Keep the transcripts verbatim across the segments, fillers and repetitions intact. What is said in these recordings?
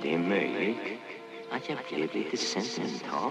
Det är möjligt att jag blev lite sentimental.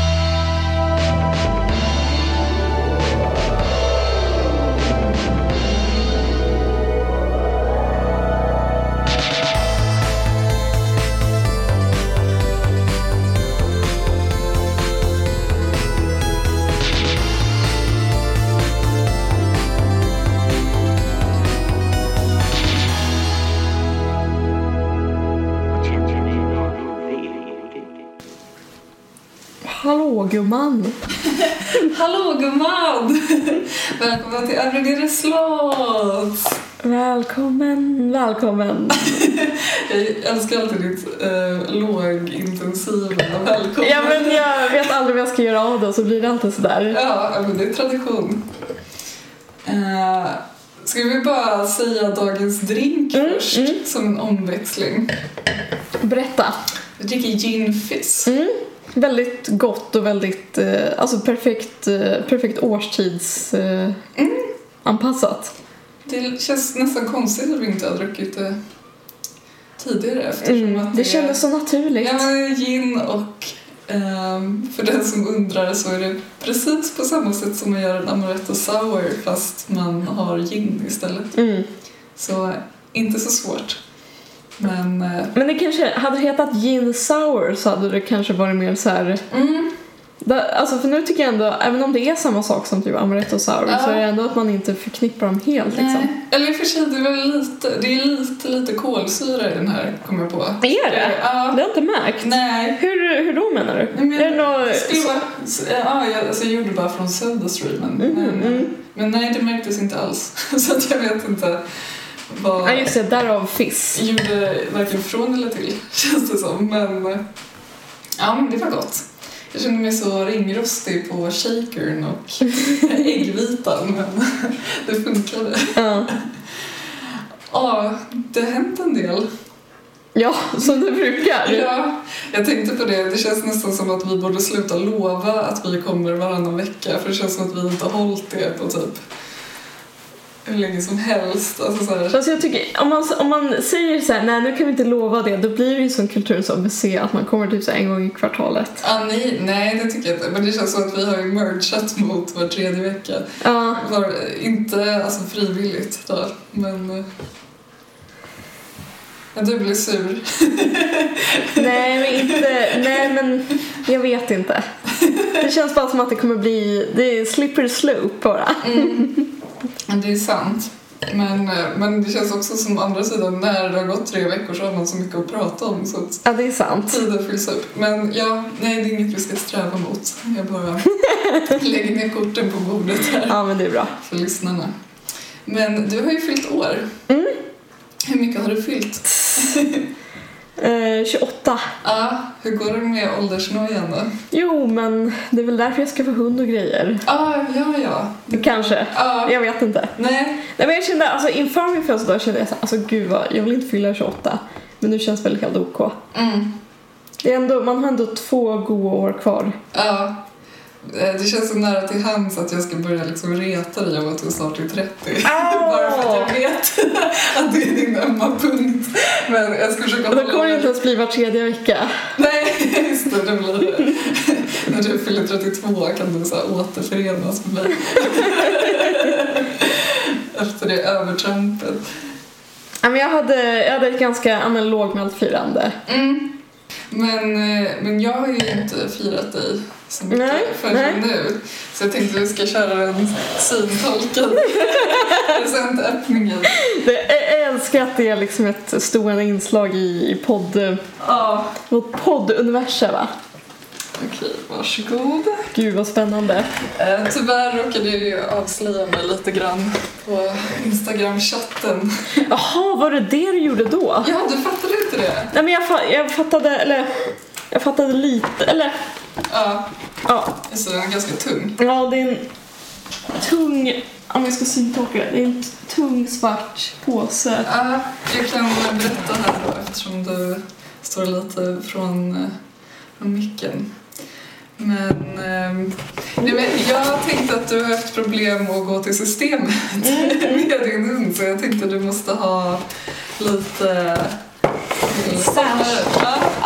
Hallå gumman. Hallå gumman. Välkommen till Övre slott. Välkommen, välkommen. Jag älskar alltid ditt äh, lågintensiva välkommen. Ja, men jag vet aldrig vad jag ska göra av det, så blir det alltid sådär. Ja, men det är tradition. Uh, ska vi bara säga dagens drink mm, först mm. som en omväxling? Berätta. Jag dricker gin fizz. Mm. Väldigt gott och väldigt eh, alltså perfekt, eh, perfekt årstids eh, mm. anpassat. Det känns nästan konstigt att vi inte har druckit det tidigare eftersom mm. att det, det kändes så naturligt. Ja, men gin och um, för den som undrar så är det precis på samma sätt som man gör en amaretto sour fast man har gin istället. Mm. Så inte så svårt. Men, men det kanske hade hetat gin sour så hade det kanske varit mer så här. Mm. Det, alltså för nu tycker jag ändå, även om det är samma sak som typ amaretto sour ja. så är det ändå att man inte förknippar dem helt liksom. Nej. Eller i och för sig det är väl lite det är lite lite kolsyra i den här kommer jag på. Är det? Ja. Det har jag inte märkt. Nej. Hur hur då menar du? Men, är det något... ja, jag, alltså, jag gjorde bara från SodaStreamen. Mm, men, mm. men nej, det märktes inte alls. Så att jag vet inte. Ja just det, därav fizz. Gjorde varken från eller till, känns det som. Men ja, men det var gott. Jag kände mig så ringrostig på shakern och äggvitan, men det funkade. Ja. Ja, det har hänt en del. Ja, som det brukar. Ja, jag tänkte på det. Det känns nästan som att vi borde sluta lova att vi kommer varannan vecka. För det känns som att vi inte har hållit det på typ hur länge som helst. Alltså så här. Alltså jag tycker, om man, om man säger så här, nej nu kan vi inte lova det, då blir det ju som kulturens A B C att man kommer typ så en gång i kvartalet. Ah, nej, nej, det tycker jag inte. Men det känns som att vi har ju merchat mot var tredje vecka. Ja. Var inte alltså frivilligt då, men... Men du blir sur. Nej, men inte... Nej, men jag vet inte. Det känns bara som att det kommer bli... Det är slippery slope bara. Mm. Det är sant. Men, men det känns också som andra sidan när det har gått tre veckor så har man så mycket att prata om. Så att ja, det är sant. Tiden fylls upp. Men ja, nej, det är inget vi ska sträva mot. Jag bara lägger ner korten på bordet här. Ja, men det är bra. För lyssnarna. Men du har ju fyllt år. Mm. Hur mycket har du fyllt? eh, tjugoåtta. Ja, hur går det med åldersnojan då? Jo, men det är väl därför jag ska få hund och grejer. Ah, ja, ja. Det Kanske. Ah. Jag vet inte. Nej. Nej, men jag kände, alltså inför min födelsedag kände jag så alltså gud vad, jag vill inte fylla tjugoåtta. Men nu känns väl helt OK. Mm. Det är ändå, man har ändå två goda år kvar. Ja. Det känns så nära till hands att jag ska börja liksom reta dig om att du snart är trettio. Oh! Bara för att jag vet att det är din ömma punkt. Men jag ska försöka hålla... Och då kommer det inte ens bli var tredje vecka. Nej, just det, det blir det. När du fyller trettiotvå kan du så här återförenas med mig. Efter det övertrampet. Ja, men jag hade, jag hade ett ganska analogmält firande. Mm. Men, men jag har ju inte firat dig så mycket nej, förrän nej. nu. Så jag tänkte att vi ska köra en syntolkad presentöppningen. Jag älskar att det är liksom ett stående inslag i, i podd, ja. vårt podduniversum, va? Okej, varsågod. Gud vad spännande. Eh, tyvärr råkade jag ju avslöja mig lite grann på Instagram-chatten. Jaha, var det det du gjorde då? Ja, du fattade inte det? Nej, men jag, jag fattade, eller jag fattade lite, eller... Ja, ja. Så den är ganska tung. Ja, det är en tung, om jag ska syntolka det, det är en tung svart påse. Ja, jag kan berätta här då eftersom du står lite från, från micken. Men, eh, nej, men jag tänkte att du har haft problem att gå till systemet mm. med din hund, så jag tänkte att du måste ha lite stash. Ja,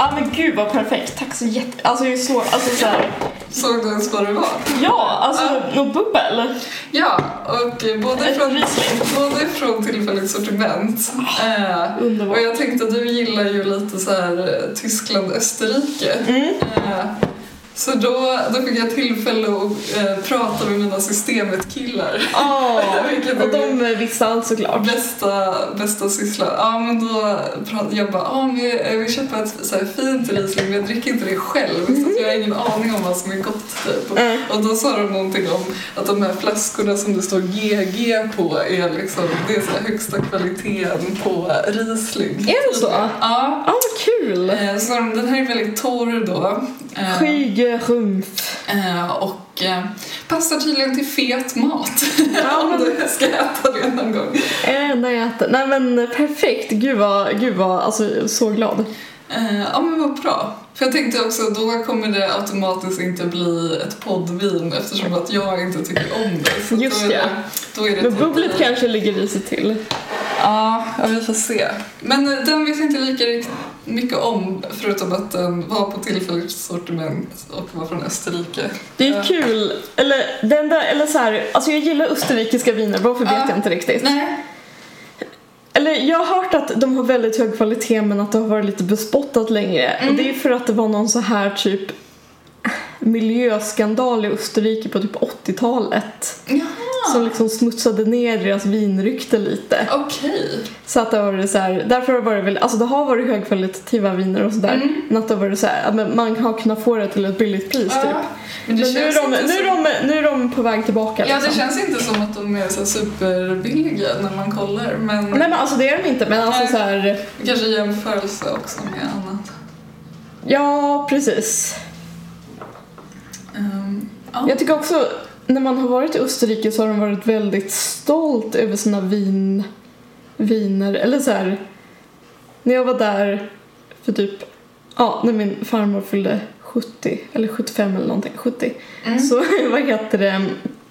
Ja men gud vad perfekt. Tack så jätte... Alltså jag är så... Alltså så här... Såg du ens vad det var? Ja, alltså Ja. något bubbel. Ja, och både Ett från, Riesling. både från tillfälligt sortiment. Eh, Underbart. och jag tänkte att du gillar ju lite så här eh, Tyskland, Österrike. Mm. Eh, så då, då fick jag tillfälle att eh, prata med mina systemet-killar. Ja, Vilket och är min de visste allt såklart. bästa, bästa syssla. Ja, men då pratade jag bara, ja, vi, jag vill köpa ett så här fint Riesling, men jag dricker inte det själv. Så att jag har ingen aning om vad som är gott typ. Mm. Och då sa de någonting om att de här flaskorna som det står G G på är liksom, det är så här högsta kvaliteten på Riesling. Är det så? Ja. Ja, vad kul. Eh, Så den här är väldigt torr då. Eh, Skygerumpf. eh, Och eh, passar tydligen till fet mat. Ja, Om men- du ska äta det någon gång. Är det enda jag äter? Nej men perfekt. Gud vad, gud vad, alltså så glad. Eh, ja men vad bra. För jag tänkte också, då kommer det automatiskt inte bli ett poddvin eftersom att jag inte tycker om det. Så Just då är ja. det, då är det Men typ- bubblet kanske ligger i sig till. Ja, ja, vi får se. Men eh, den vet jag inte lika rikt- mycket om förutom att den var på tillfälligt sortiment och var från Österrike. Det är Ja. kul. Eller, det enda, eller så här, alltså jag gillar österrikiska viner, varför vet Ja. jag inte riktigt. Nej. Eller jag har hört att de har väldigt hög kvalitet men att det har varit lite bespottat längre. Mm. Och det är för att det var någon så här typ miljöskandal i Österrike på typ åttiotalet. Jaha, Som liksom smutsade ner deras vinrykte lite. okej. Så att det har varit så här, därför har det varit väl, alltså det har varit högkvalitativa viner och sådär. Mm. Men att det har varit så här, ja, men man har kunnat få det till ett billigt pris typ. Ja, men det Men nu är, känns de, inte nu, är som... de, nu är de på väg tillbaka Ja, liksom. det känns inte som att de är så superbilliga när man kollar, men Nej men alltså det är de inte, men alltså Nej. så här, kanske i jämförelse också med annat. ja precis. Um, ja. Jag tycker också, när man har varit i Österrike så har de varit väldigt stolt över sina vin, viner, eller så här. När jag var där för typ, ja, när min farmor fyllde sjuttio, eller sjuttiofem eller någonting, sjuttio. Mm. Så vad heter det,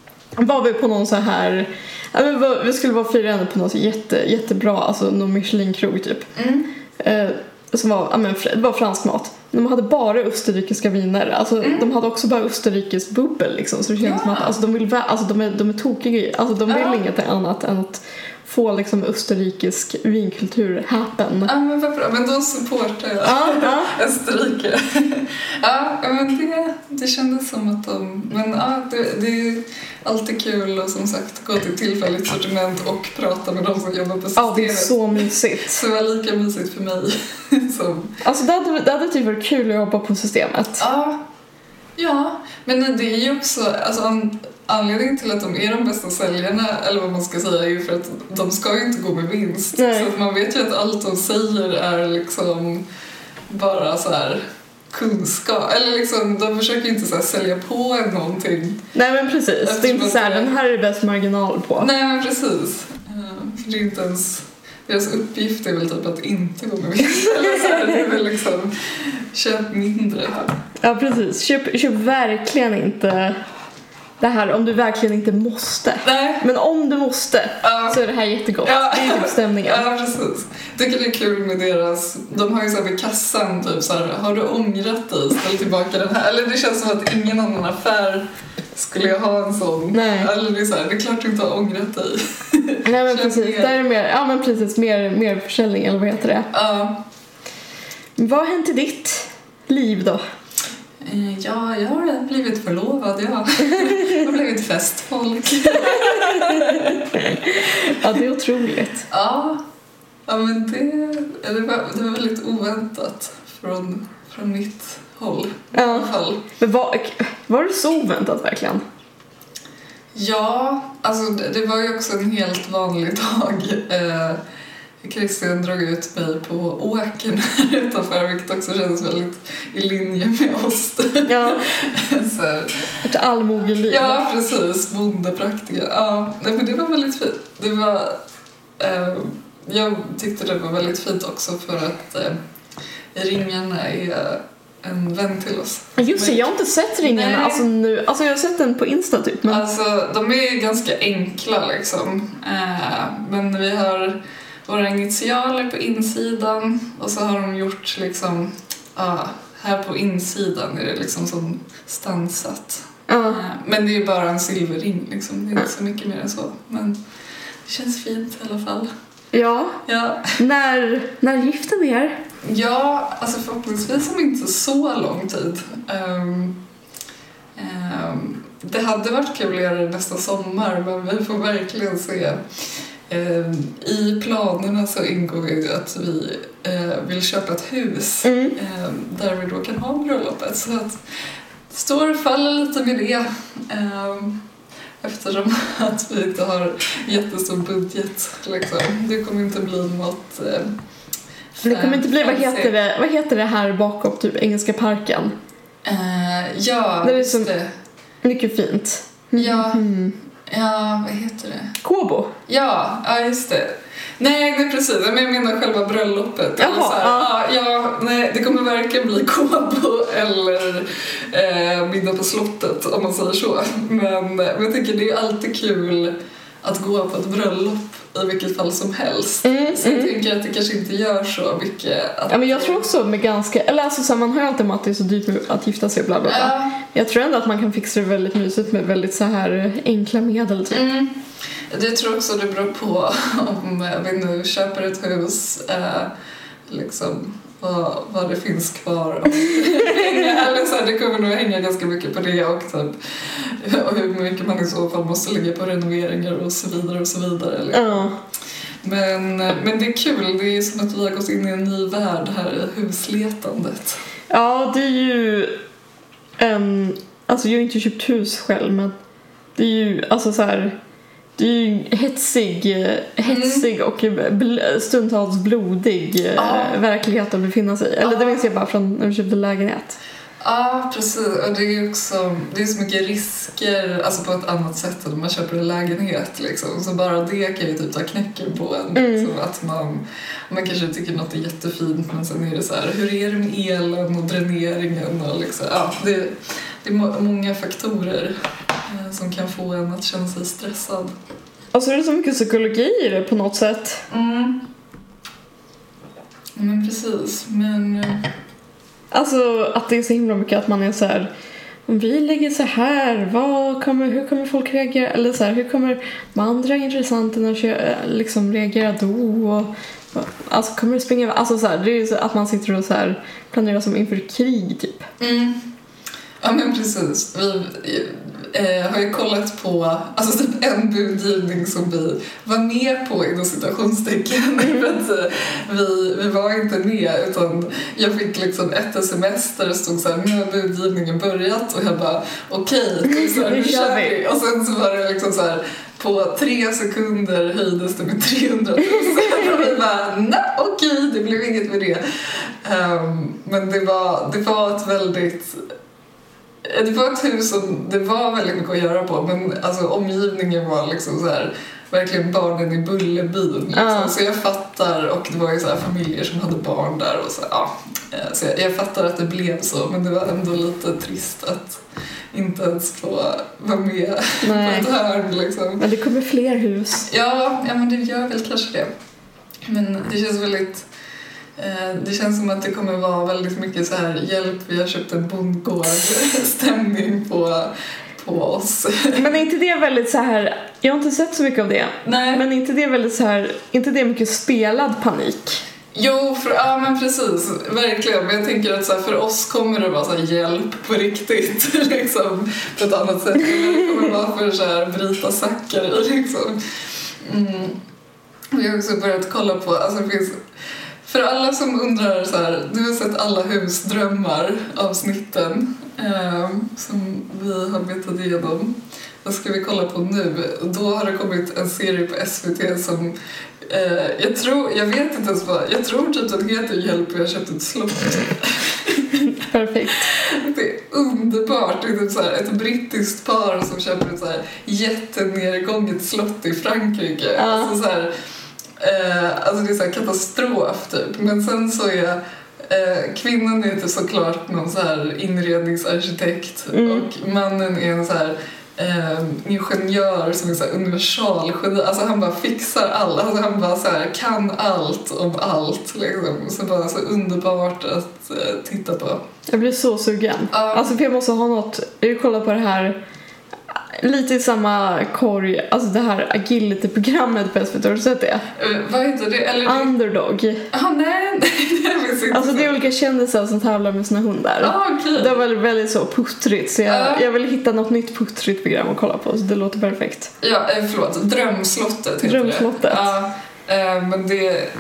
var vi på någon så här, ja, vi, var, vi skulle vara firande på något så jätte, jättebra, alltså någon Michelin-krog typ. Mm. Eh, som var, ja, men, det var fransk mat. De hade bara österrikiska viner. Alltså, Mm. de hade också bara österrikisk bubbel liksom. Så det känns Ja. som att alltså, de, vill, vä- alltså, de, är, de är tokiga. Alltså, de vill Ja. inget annat än att få liksom, österrikisk vinkultur happen. Ja, men vad bra. Men då supportar jag Ja, ja. Österrike. Ja, men det, det kändes som att de... Men ja, det, det är alltid kul att som sagt gå till tillfälligt sortiment och prata med de som jobbar på Ja, det är systemet. så mysigt. Så det var lika mysigt för mig som... Alltså, det hade, det hade typ varit kul att jobba på systemet. Ja, ja, men det är ju också... Alltså, an, anledningen till att de är de bästa säljarna, eller vad man ska säga, är ju för att de ska ju inte gå med vinst. Nej. Så att man vet ju att allt de säger är liksom bara så här kunskap. Eller liksom, de försöker ju inte så här sälja på en någonting. Nej men precis, det är Eftersom inte att så här, det- den här är det bäst marginal på. Nej, men precis. Uh, för det är inte ens... Deras uppgift är väl typ att inte gå med vinst. Eller så här, det är väl liksom, köp mindre. Ja precis, köp, köp verkligen inte det här om du verkligen inte måste. Nej. Men om du måste Ja. så är det här jättegott. Ja. Det är typ stämningen. Ja, precis. Jag tycker det är kul med deras... De har ju så här vid kassan typ så här, har du ångrat dig? Ställ tillbaka den här. Eller det känns som att ingen annan affär skulle jag ha en sån. Nej. Eller det är så här, det är klart du inte har ångrat dig. Nej men Köp precis, mer. där är mer, ja men precis, mer, mer försäljning eller vad heter det. Ja. Vad har hänt i ditt liv då? Eh, Ja, jag har blivit förlovad, ja. Jag har blivit festfolk. Ja det är otroligt. Ja, ja men det, det, var, det var väldigt oväntat från, från mitt håll i Ja. alla fall. Men var, var det så oväntat verkligen? Ja, alltså det, det var ju också en helt vanlig dag. Eh, Christian drog ut mig på åkern här utanför, vilket också kändes väldigt i linje med oss. Ja, Så här, ett allmogeliv. ja, precis. Bondepraktiker. Ja, nej, men det var väldigt fint. Det var, eh, jag tyckte det var väldigt fint också för att eh, ringarna är en vän till oss. Just det, jag har inte sett ringen Nej. alltså nu. Alltså jag har sett den på Insta typ. Men... Alltså, de är ganska enkla liksom. Eh, men vi har våra initialer på insidan och så har de gjort liksom, ja, här på insidan är det liksom som stansat. Ja. Men det är ju bara en silverring liksom. Det är inte så mycket mer än så. Men det känns fint i alla fall. Ja. Ja. När, när gifter ni er? Ja, alltså förhoppningsvis om inte så lång tid. Um, um, det hade varit kul att göra det nästa sommar, men vi får verkligen se. Um, I planerna så ingår ju att vi uh, vill köpa ett hus Mm. um, där vi då kan ha bröllopet. Så att det står och faller lite med det. Um, Eftersom att vi inte har jättestor budget liksom. Det kommer inte bli något eh, Det kommer inte bli, vad heter det, vad heter det här bakom typ Engelska parken? Uh, ja, det är just som, det. Mycket fint. Ja, Mm. ja, vad heter det? Kobo. Ja, ja, just det. Nej, nej precis. Men jag menar själva bröllopet. Jaha, så här, ja. ja, ja, nej, det kommer varken bli Kobo eller eh, middag på slottet om man säger så. Men, men jag tycker det är alltid kul att gå på ett bröllop i vilket fall som helst. Mm, så jag mm. tänker att det kanske inte gör så mycket. Att, Ja, men jag tror också med ganska, eller alltså så här, man hör alltid om att det är så dyrt att gifta sig bla bla bla. Ja. Jag tror ändå att man kan fixa det väldigt mysigt med väldigt så här enkla medel typ. Mm. Jag tror också det beror på om vi nu köper ett hus eh, liksom vad, vad det finns kvar av pengar. Eller så här, det kommer nog hänga ganska mycket på det och, typ, och hur mycket man i så fall måste lägga på renoveringar och så vidare och så vidare. Liksom. Ja. Men, men det är kul, det är som att vi har gått in i en ny värld här i husletandet. Ja, det är ju en, alltså jag har inte köpt hus själv, men det är ju alltså så här, det är ju hetsig, hetsig mm. och bl- stundtals blodig Ja. verklighet att befinna sig i. Eller Ja. det minns jag bara från när vi köpte lägenhet. Ja, precis. Och det är ju också, det är så mycket risker, alltså på ett annat sätt än man köper en lägenhet liksom. Så bara det kan ju typ ta knäcken på en. Mm. Liksom, att man, man kanske tycker något är jättefint, men sen är det så här, hur är det med elen och dräneringen och liksom, ja, det, det är må- många faktorer eh, som kan få en att känna sig stressad. Och så är det så mycket psykologi i det på något sätt. Mm. Men precis, men... Alltså att det är så himla mycket att man är så här, om vi lägger så här, vad kommer, hur kommer folk reagera? Eller så här, hur kommer de andra intressanterna liksom reagera då? Och, och, alltså kommer det springa, alltså så här, det är ju så att man sitter och så här planerar som inför krig typ. Mm. Ja men precis. Vi eh, har ju kollat på alltså typ en budgivning som vi var med på inom citationstecken. Mm. För att eh, vi, vi var inte med utan jag fick liksom ett sms där det stod så här, nu har budgivningen börjat och jag bara okej, okay, nu kör vi. Och sen så var det liksom så här, på tre sekunder höjdes det med trehundratusen och vi bara, nej okej, okay, det blev inget med det. Um, men det var, det var ett väldigt det var ett hus som det var väldigt mycket att göra på, men alltså omgivningen var liksom så här verkligen barnen i Bullerbyn liksom. Uh. Så jag fattar, och det var ju så här familjer som hade barn där och så, ja. Så jag, jag fattar att det blev så, men det var ändå lite trist att inte ens få vara med. Nej. på ett hörn liksom. Men det kommer fler hus. Ja, ja men det gör väl kanske det. Men det känns väldigt det känns som att det kommer vara väldigt mycket så här hjälp, vi har köpt en bondgård stämning på, på oss. Men är inte det väldigt så här, jag har inte sett så mycket av det. Nej. Men inte det väldigt så här, inte det mycket spelad panik? Jo, för, ja men precis, verkligen. Men jag tänker att så här, för oss kommer det vara så här hjälp på riktigt liksom, på ett annat sätt. Det kommer vara för så här bryta sackar liksom. Mm. Vi har också börjat kolla på, alltså det finns, för alla som undrar så här, du har sett alla husdrömmar avsnitten eh, som vi har betat igenom. Vad ska vi kolla på nu? Då har det kommit en serie på S V T som eh, jag tror, jag vet inte ens vad, jag tror typ den heter Hjälp, jag har köpt ett slott. Perfekt. Det är underbart. Det är typ så här ett brittiskt par som köper ett så här jättenedgånget slott i Frankrike. Ja. Alltså så här, eh, alltså det är så här katastrof typ. Men sen så är eh, kvinnan är typ såklart någon så här inredningsarkitekt mm. och mannen är en så här eh, ingenjör som är så här universal geni. Alltså han bara fixar allt. Alltså han bara så här, kan allt om allt. Liksom. Så bara så underbart att eh, titta på. Jag blir så sugen. Um, Alltså för jag måste ha något. Jag kollar på det här lite i samma korg. Alltså det här agility-programmet på S V T. Har du sett det? Uh, vad heter det? Eller Underdog. Ah, nej, nej, det finns inte. Alltså det är olika kändisar som tävlar med sina hundar. Ah, okay. Det var väldigt, väldigt så puttrigt. Så jag, uh. jag vill hitta något nytt puttrigt program att kolla på. Så det låter perfekt. Ja, eh, förlåt. Drömslottet heter Drömslottet. det. Ja, eh, men det är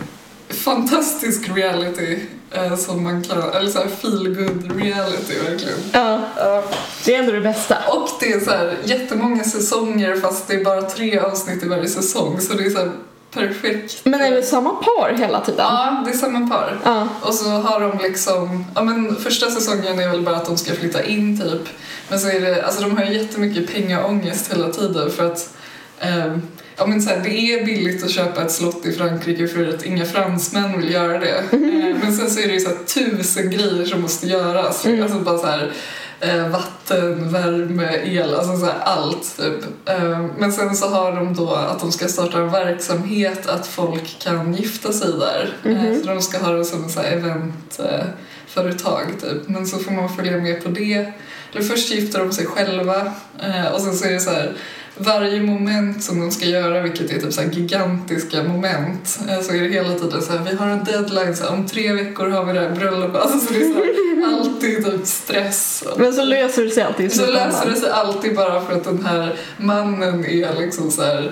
fantastisk reality eh, som man kan, eller så här feel good reality verkligen. Ja, Ja. det är ändå det bästa. Och det är så här jättemånga säsonger fast det är bara tre avsnitt i varje säsong, så det är så här perfekt. Men är det samma par hela tiden? Ja, det är samma par. Ja. Och så har de liksom, ja men första säsongen är väl bara att de ska flytta in typ. Men så är det, alltså de har ju jättemycket pengaångest hela tiden för att eh, ja men så här, det är billigt att köpa ett slott i Frankrike för att inga fransmän vill göra det. Eh, men sen så är det ju så här tusen grejer som måste göras. Mm. Alltså bara så här eh, vatten, värme, el, alltså så här allt typ. Eh, men sen så har de då att de ska starta en verksamhet att folk kan gifta sig där. Mm-hmm. Eh, så de ska ha det som en så här event eh, företag typ. Men så får man följa med på det. Eller först gifter de sig själva eh, och sen så är det så här varje moment som de ska göra, vilket är typ så här gigantiska moment, eh, så är det hela tiden så här, vi har en deadline, så här, om tre veckor har vi det här bröllopet. Alltså så det är så här, alltid typ stress. Men så löser det sig alltid. Så löser det sig alltid bara för att den här mannen är liksom så här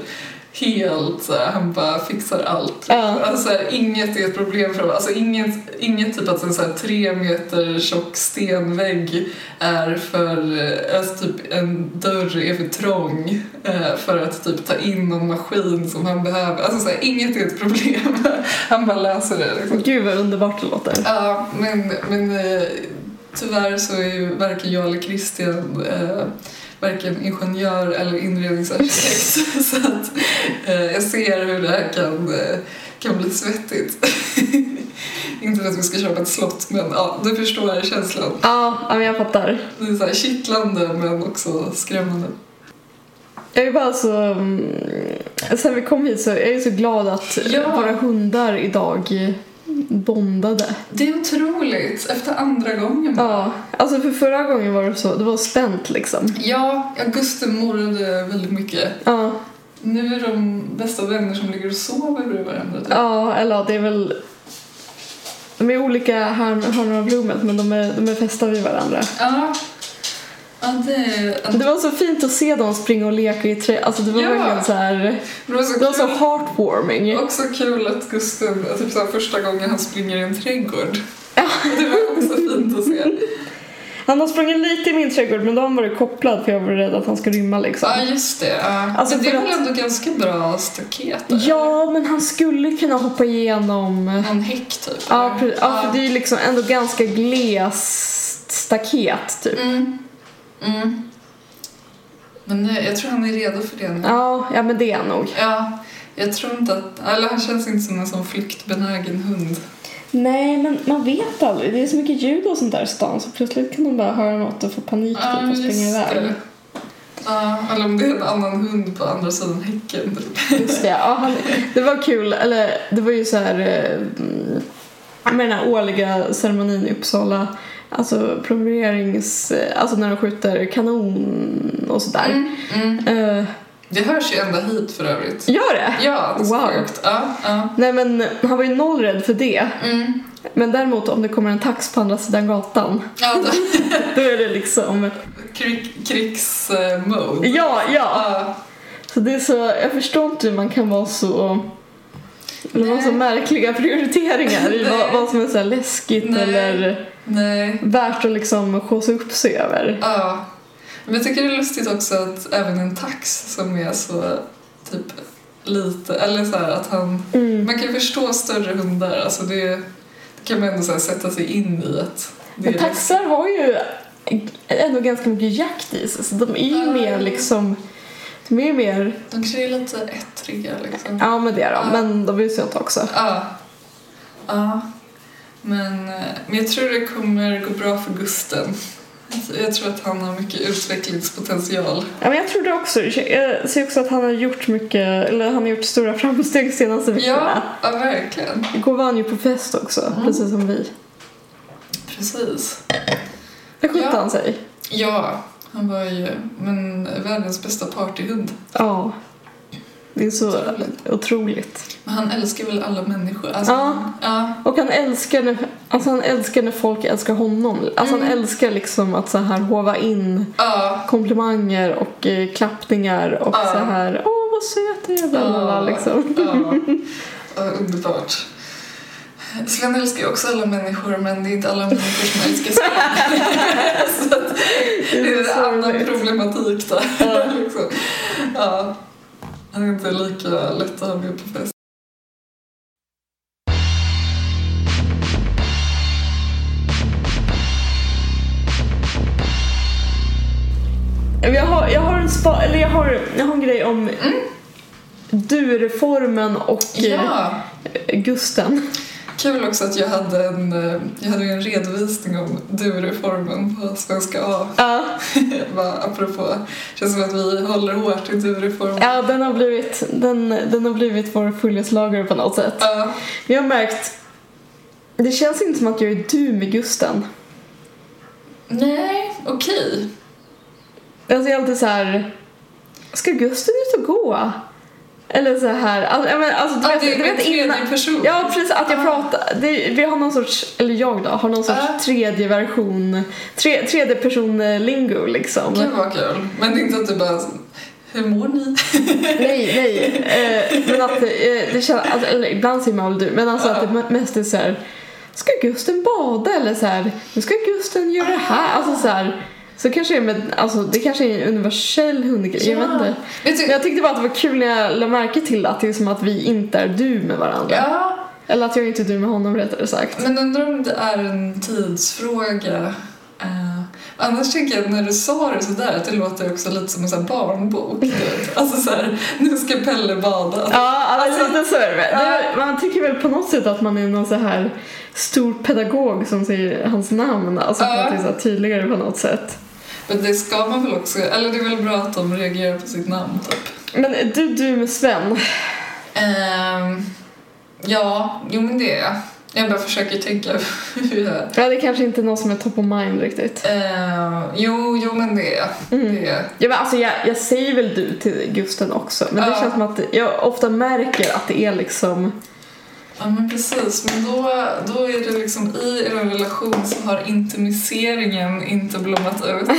helt så här, han bara fixar allt. Ja. Alltså så här, inget är ett problem för honom. Alltså inget, inget typ att en så här tre meter tjock stenvägg är för, alltså typ en dörr är för trång eh, för att typ ta in någon maskin som han behöver. Alltså så här, inget är ett problem. Han bara läser det liksom. Gud vad underbart det låter. Ja, men, men eh, tyvärr så är ju varken jag eller Christian eh, varken ingenjör eller inredningsarkitekt. Så att eh, jag ser hur det här kan, eh, kan bli svettigt. Inte för att vi ska köpa ett slott, men ja, du förstår känslan. Ja, men jag fattar. Det är så här kittlande men också skrämmande. Jag är bara så... Sen vi kom hit så är jag så glad att Ja. våra hundar idag bondade. Det är otroligt, efter andra gången. Ja, alltså för förra gången var det så, det var spänt liksom. Ja, Augusten morrade väldigt mycket. Ja, Nu är de bästa vänner som ligger och sover bredvid varandra. Typ. ja eller det är väl... De är olika hörnor av rummet, men de är, de är fästa vid varandra. Ja. Ja, det... Det var så fint att se dem springa och leka i trä. Alltså det var Ja. verkligen så här... Det var så Det var så kul. heartwarming. Också kul att Gusten, typ så här, första gången han springer i en trädgård. Det var också fint att se. Han har sprungit lite i min trädgård, men då har han varit kopplad för jag var rädd att han ska rymma liksom. Ja, just det. Ja. Alltså, men det är för väl att- ändå ganska bra staket där. Ja, men han skulle kunna hoppa igenom... Någon häck typ. Ja, eller? pre- ja, för det är liksom ändå ganska glest staket typ. Mm. Mm. Men nej, jag tror han är redo för det nu. Ja, ja men det är han nog. Ja, jag tror inte att... Eller han känns inte som en sån flyktbenägen hund. Nej, men man vet aldrig. Det är så mycket ljud och sånt där i stan så plötsligt kan de bara höra något och få panik Ja, typ, och springa just iväg. det. Ja, eller om det är en annan hund på andra sidan häcken. Typ. Just det, ja, han, det var kul. Eller det var ju så här eh, med den här årliga ceremonin i Uppsala. Alltså promoverings... Alltså när de skjuter kanon och sådär. Mm, mm. Eh, Det hörs ju ända hit för övrigt. gör det? Ja, det är så Wow. sjukt. Ja, ja. Nej men han var ju noll rädd för det. Mm. Men däremot om det kommer en tax på andra sidan gatan Ja, då, då är det liksom... krig, krigsmode. Ja, ja. Ja. Så det är så... Jag förstår inte hur man kan vara så... Eller vara så Nej. märkliga prioriteringar i vad, Nej. vad som är så här läskigt Nej. eller Nej. värt att liksom skåsa upp sig över. Ja. Men jag tycker det är lustigt också att även en tax som är så typ lite, eller så här att han, Mm. man kan förstå större hundar, alltså det, det kan man ändå så här sätta sig in i att det Men är taxar har ju ändå ganska mycket jakt i sig. Så de är ju Ja. mer liksom... De är ju mer... de kanske är lite ettriga liksom. Ja, men det är de. Ja. Men de är söta också. Ja. Ja. Men, men jag tror det kommer gå bra för Gusten. Jag tror att han har mycket utvecklingspotential. Ja, men jag tror det också. Jag ser också att han har gjort mycket, eller han har gjort stora framsteg senaste veckorna. Ja, ja, verkligen. Igår var han ju på fest också, mm. precis som vi. Precis. Det skötte ja. han sig. Ja, han var ju men, världens bästa partyhund. Ja, det är så otroligt. otroligt. Men han älskar väl alla människor. Alltså, ja. ja, och han älskar, när, alltså han älskar när folk älskar honom. Alltså mm. han älskar liksom att så här hova in ja. komplimanger och eh, klappningar och ja. så här, åh vad söt du är, ja. liksom. Ja. Ja, underbart. Sven älskar ju också alla människor, men det är inte alla människor som älskar Sven. Så att det är en annan problematik där. Ja. liksom. Ja. Han är inte lika lätt att ha med på fest. Jag har, jag har en spa, eller jag har, jag har en grej om mm. du-reformen och ja. Gusten. Kul också att jag hade en, jag hade en redovisning om du-reformen på Svenska A. Ja. Bara apropå, det känns som att vi håller hårt i du-reformen. Ja, den har blivit, den, den har blivit vår följeslagare på något sätt. Ja. Jag har märkt, det känns inte som att jag är du med Gusten. Nej, okej. Okay. Alltså jag är alltid så här, ska Gusten ut och gå? Eller så här, alltså, alltså du ja, vet, det är du vet tredje innan, person. ja precis, att jag ah. pratar, det, vi har någon sorts, eller jag då, har någon sorts ah. tredje version, tre, tredje person lingo liksom. Gud vad kul, men det är inte att du bara, hur mår ni? nej, nej, eh, men att eh, det känns, alltså, eller ibland säger man väl du, men alltså ah. att det mest är så här, ska Gusten bada eller så här, nu ska Gusten göra det här, alltså så här. Så kanske är med, alltså, det kanske är en universell hundgrej, ja. jag vet inte. Vet du, men jag tyckte bara att det var kul när jag lade märke till att det är som att vi inte är du med varandra. Ja. Eller att jag inte är du med honom, rättare sagt. Men undrar om det är en tidsfråga. Uh, annars tänker jag när du sa det sådär att det låter också lite som en sån här barnbok. Alltså såhär, nu ska Pelle bada. Ja, alltså, lite så är det. Ja. Man tycker väl på något sätt att man är någon så här stor pedagog som säger hans namn. Alltså för uh. att det är så tydligare på något sätt. Men det ska man väl också, eller det är väl bra att de reagerar på sitt namn typ. Men är du du med Sven? Um, ja, jo men det är jag. Jag bara försöker tänka hur jag är. Ja, det kanske inte är någon som är top of mind riktigt. Uh, jo, jo men det är mm. det är. Ja, men alltså jag, jag säger väl du till Gusten också. Men uh. det känns som att jag ofta märker att det är liksom... Ja men precis, men då, då är det liksom i en relation så har intimiseringen inte blommat ut.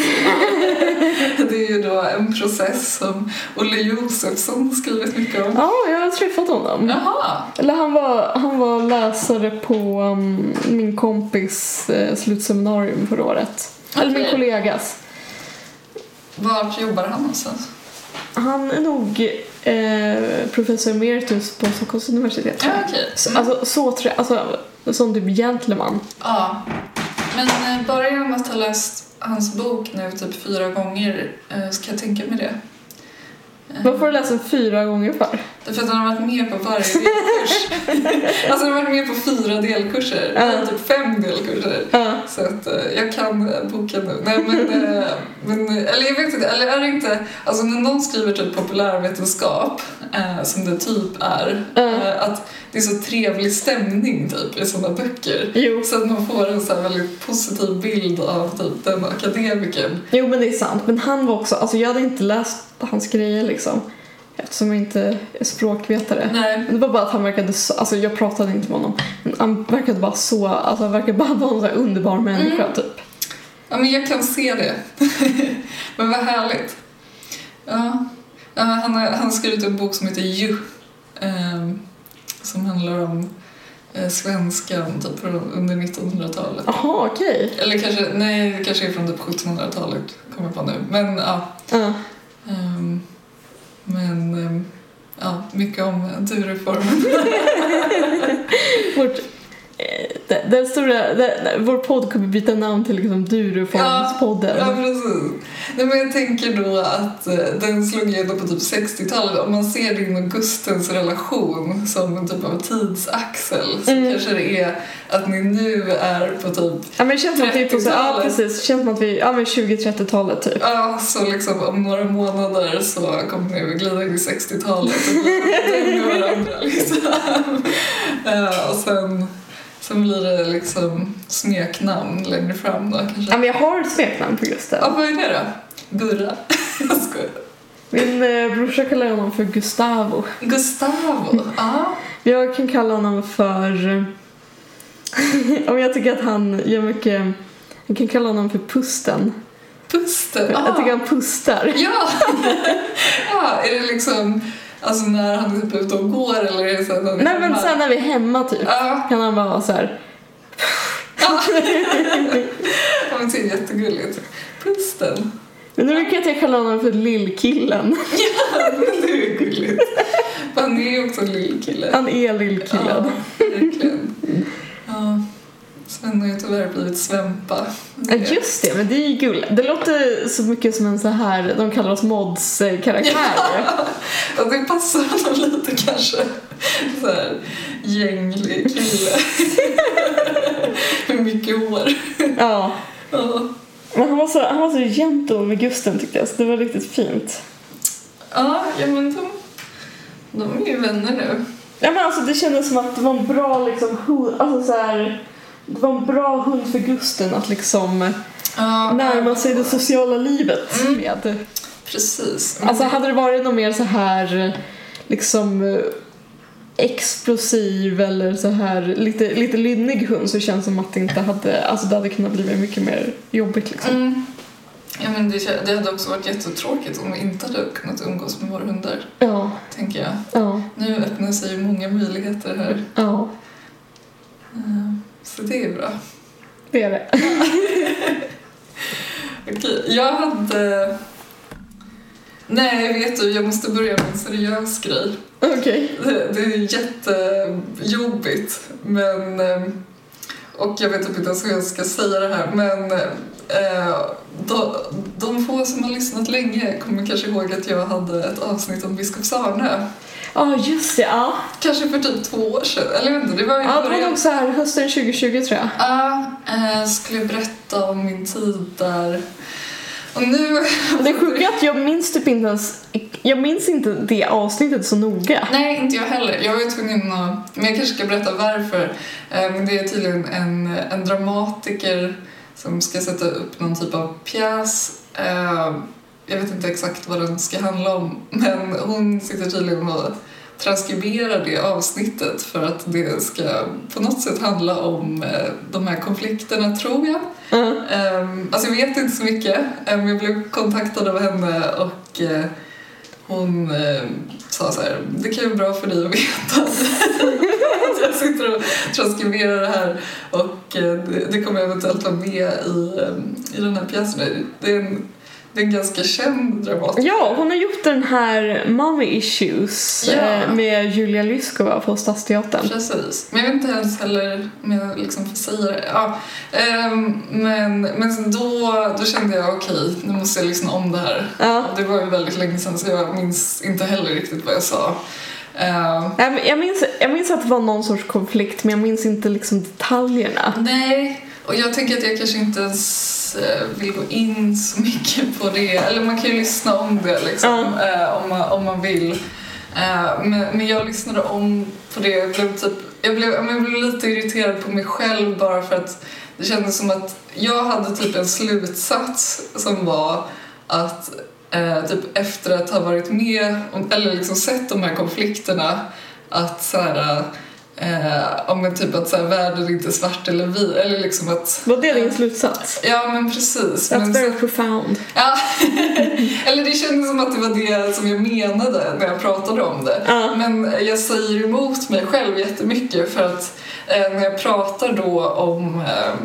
Det är ju då en process som Olle Josefsson skrivit mycket om. Ja, jag har träffat honom. Jaha. Eller han var, han var läsare på um, min kompis eh, slutseminarium förra året. Okay. Eller min kollegas. Vart jobbar han någonstans? Han är nog eh, professor emeritus på Stockholms universitet. Ja, okej. Okay. Mm. Alltså, så tror jag, alltså, sån typ gentleman. Ja, men eh, bara genom att ha läst hans bok nu typ fyra gånger eh, ska jag tänka mig det. Varför har du läst den fyra gånger för? Därför att han har varit med på varje delkurs. Alltså han har varit med på fyra delkurser. Uh. Typ fem delkurser. Uh. Så att uh, jag kan boken nu. Nej men, uh, men, eller jag vet inte, eller är det inte, alltså när någon skriver typ populärvetenskap, uh, som det typ är, uh. Uh, att det är så trevlig stämning typ i sådana böcker. Jo. Så att man får en så här väldigt positiv bild av typ den akademikern. Jo men det är sant, men han var också, alltså jag hade inte läst hans grejer liksom, eftersom jag inte är språkvetare. Nej. Det var bara att han verkade så, alltså jag pratade inte med honom, men han verkade bara så, alltså han verkade bara vara en så här underbar människa mm. typ. Ja men jag kan se det. Men vad härligt. Ja, ja han har, han har skrivit en bok som heter Ju, eh, som handlar om eh, svenskan typ under nittonhundratalet. Jaha, okej. Okay. Eller kanske, nej det kanske är från typ sjuttonhundratalet, kommer på nu. Men ja. Uh. Um, men um, ja, mycket om du-reformen. Vårt Den, den stora, den, vår podd kommer byta namn till liksom Duruformspodden. Ja, ja, precis. Nej, men jag tänker då att eh, den slog igenom på typ sextiotalet. Om man ser din och Gustens relation som en typ av tidsaxel så mm. kanske det är att ni nu är på typ ja, men det känns som att vi är på så, ja, precis. Det känns som att vi, ja, men tjugo-trettiotalet typ. Ja, så liksom om några månader så kommer ni att glida in i sextiotalet och bli med varandra liksom. Ja, och sen Sen blir det liksom smeknamn längre fram då kanske. Ja, men jag har ett smeknamn på Gustav. Ja, vad är det då? Burra. Jag skojar. Min eh, brorsa kallar honom för Gustavo. Gustavo? Ja. Jag kan kalla honom för... om jag tycker att han gör mycket... Jag kan kalla honom för Pusten. Pusten? Jag tycker han pustar. Ja! Ja, är det liksom... Alltså när han är typ ute och går eller är det så att nej, men sen när vi är hemma typ ja. Kan han bara vara så här. Ja. Ja, men det är jättegulligt. Pusten. Men nu kan jag kalla honom för lillkillen. Ja, men det är gulligt. Han är ju också en lillkille. Han är lillkillen. Ja, verkligen. Ja. Sven har ju tyvärr blivit Svempa. Ja, just det, men det är ju gulligt. Det låter så mycket som en så här, de kallar oss mods karaktär. Ja, ja, det passar honom lite kanske. Så här gänglig kille. Med mycket hår. Ja. Ja. Men han var så, han var så gentle med Gusten tyckte jag, så det var riktigt fint. Ja, ja men de, de är ju vänner nu. Ja, men alltså det kändes som att det var en bra liksom hund, alltså så här, det var en bra hund för Gusten att liksom ja, närma sig det sociala livet mm. med. Precis. Alltså hade det varit något mer så här liksom explosiv eller så här lite, lite lynnig hund så känns det som att det inte hade, alltså det hade kunnat bli mycket mer jobbigt liksom. Mm. Ja, men det, det hade också varit jättetråkigt om vi inte hade kunnat umgås med våra hundar. Ja. Tänker jag. Ja. Nu öppnar sig ju många möjligheter här. Ja. Uh, så det är bra. Det är det. Okej, jag hade... Nej, jag vet du, jag måste börja med en seriös grej. Okej. Okay. Det, det är jättejobbigt, men... Och jag vet inte ens hur jag ska säga det här, men... Eh, de, de få som har lyssnat länge kommer kanske ihåg att jag hade ett avsnitt om Biskopsarne. Ja, oh, just det, ja. Kanske för typ två år sedan, eller inte, det var ju ja, det var nog så här hösten tjugo tjugo tror jag. Ja, eh, skulle jag berätta om min tid där. Och nu... Det är sjukt att jag minns typ inte ens, jag minns inte det avsnittet så noga. Nej, inte jag heller. Jag var ju tvungen att, men jag kanske ska berätta varför. Eh, men det är tydligen en, en dramatiker som ska sätta upp någon typ av pjäs. Eh, jag vet inte exakt vad den ska handla om, men hon sitter tydligen och transkriberar det avsnittet för att det ska på något sätt handla om eh, de här konflikterna, tror jag. Mm. Eh, alltså jag vet inte så mycket, men jag blev kontaktad av henne och eh, hon eh, sa så här: det kan ju vara bra för dig att veta att jag sitter och transkriberar det här och eh, det, det kommer eventuellt vara med i, eh, i den här pjäsen. Det är en Det är en ganska känd dramatiker. Ja, hon har gjort den här Mommy Issues ja. med Julia Lyskova på Stadsteatern. Precis. Men jag vet inte ens heller om jag liksom får säga det. Ja. Um, men men då, då kände jag okej, okay, nu måste jag lyssna om det här. Ja. Det var ju väldigt länge sedan så jag minns inte heller riktigt vad jag sa. Uh, jag, minns, jag minns att det var någon sorts konflikt, men jag minns inte liksom detaljerna. Nej, och jag tänker att jag kanske inte ens vill gå in så mycket på det. Eller man kan ju lyssna om det liksom, uh. uh, om, man, om man vill. Uh, men, men jag lyssnade om på det. Jag blev, typ, jag, blev, jag blev lite irriterad på mig själv bara för att det kändes som att jag hade typ en slutsats som var att uh, typ efter att ha varit med eller liksom sett de här konflikterna att så här, Eh, om en typ att så här, världen inte är svart eller vit eller liksom att var det din eh, slutsats? Ja, men precis. That's men very så, profound. Ja. Eller det kändes som att det var det som jag menade när jag pratade om det. Uh. Men jag säger emot mig själv jättemycket för att eh, när jag pratar då om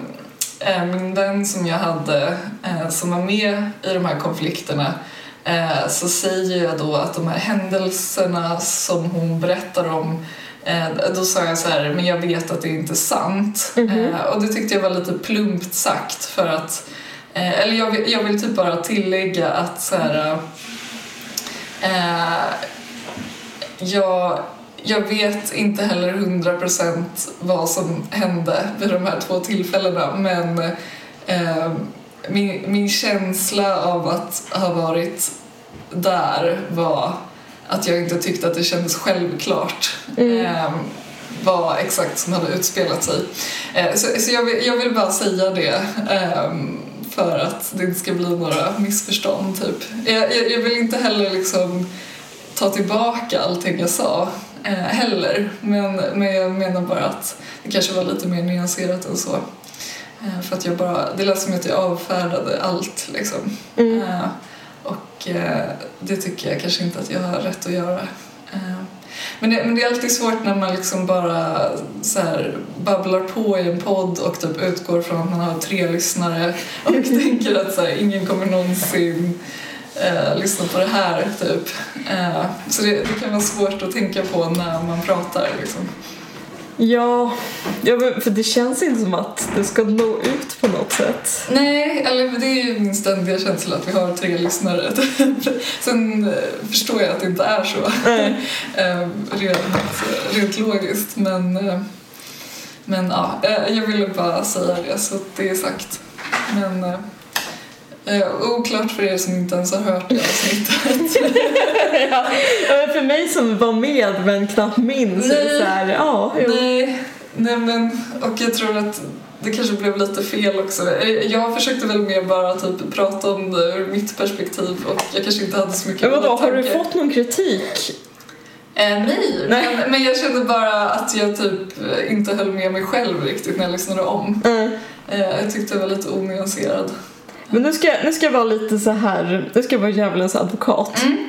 eh, min vän som jag hade eh, som var med i de här konflikterna eh, så säger jag då att de här händelserna som hon berättar om eh, då sa jag så här, men jag vet att det är inte sant. Mm-hmm. Eh, och det tyckte jag var lite plumpt sagt för att eh, eller jag vill, jag vill typ bara tillägga att så här, eh, jag Jag vet inte heller hundra procent vad som hände vid de här två tillfällena, men eh, min, min känsla av att ha varit där var att jag inte tyckte att det kändes självklart mm. eh, vad exakt som hade utspelat sig. Eh, så så jag, vill, jag vill bara säga det eh, för att det inte ska bli några missförstånd typ. Jag, jag, jag vill inte heller liksom ta tillbaka allting jag sa eh, heller, men, men jag menar bara att det kanske var lite mer nyanserat än så. Eh, för att jag bara, det lät som att jag avfärdade allt liksom. Mm. Eh, och eh, det tycker jag kanske inte att jag har rätt att göra. Eh, men, det, men det är alltid svårt när man liksom bara så här, babblar på i en podd och typ utgår från att man har tre lyssnare och tänker att så här, ingen kommer någonsin Eh, lyssna på det här typ. Eh, så det, det kan vara svårt att tänka på när man pratar liksom. Ja, ja, för det känns inte som att det ska nå ut på något sätt. Nej, eller det är ju min ständiga känsla att vi har tre lyssnare. Sen eh, förstår jag att det inte är så. Mm. eh, rent, rent logiskt, men eh, men ja, eh, jag ville bara säga det så att det är sagt. Men eh, Uh, oklart för er som inte ens har hört det avsnittet. Ja, för mig som var med men knappt minns. Nej, så här, ja, nej, nej men, och jag tror att det kanske blev lite fel också. Jag försökte väl mer bara typ prata om det ur mitt perspektiv och jag kanske inte hade så mycket. Men vadå, har du fått någon kritik? Eh, nej, nej. Men, men jag kände bara att jag typ inte höll med mig själv riktigt när jag lyssnade om. Mm. Eh, jag tyckte jag var lite onyanserad. Men nu ska, nu ska jag vara lite så här, nu ska jag vara djävulens advokat. Mm.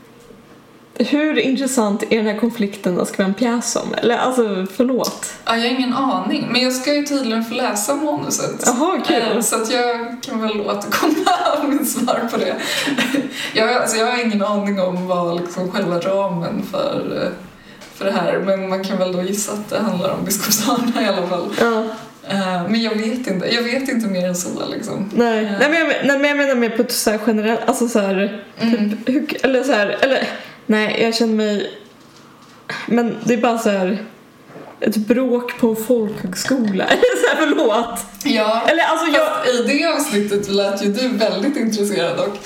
Hur intressant är den här konflikten att skriva en pjäs om? Eller alltså, förlåt. Ja, jag har ingen aning. Men jag ska ju tydligen få läsa manuset. Jaha, kul. Så att jag kan väl återkomma av min svar på det. Jag, alltså, jag har ingen aning om vad liksom själva ramen för, för det här. Men man kan väl då gissa att det handlar om biskopsarna i alla fall. Ja. Uh, men jag vet inte, jag vet inte mer än så liksom. Nej, uh. nej, men jag, nej men jag menar mer på så här generellt, alltså så här, mm. typ, hur, eller så här, eller nej, jag känner mig, men det är bara så här ett bråk på en folkhögskola. Eller så här, förlåt. Ja, eller, alltså, jag... i det avsnittet lät ju du väldigt intresserad och...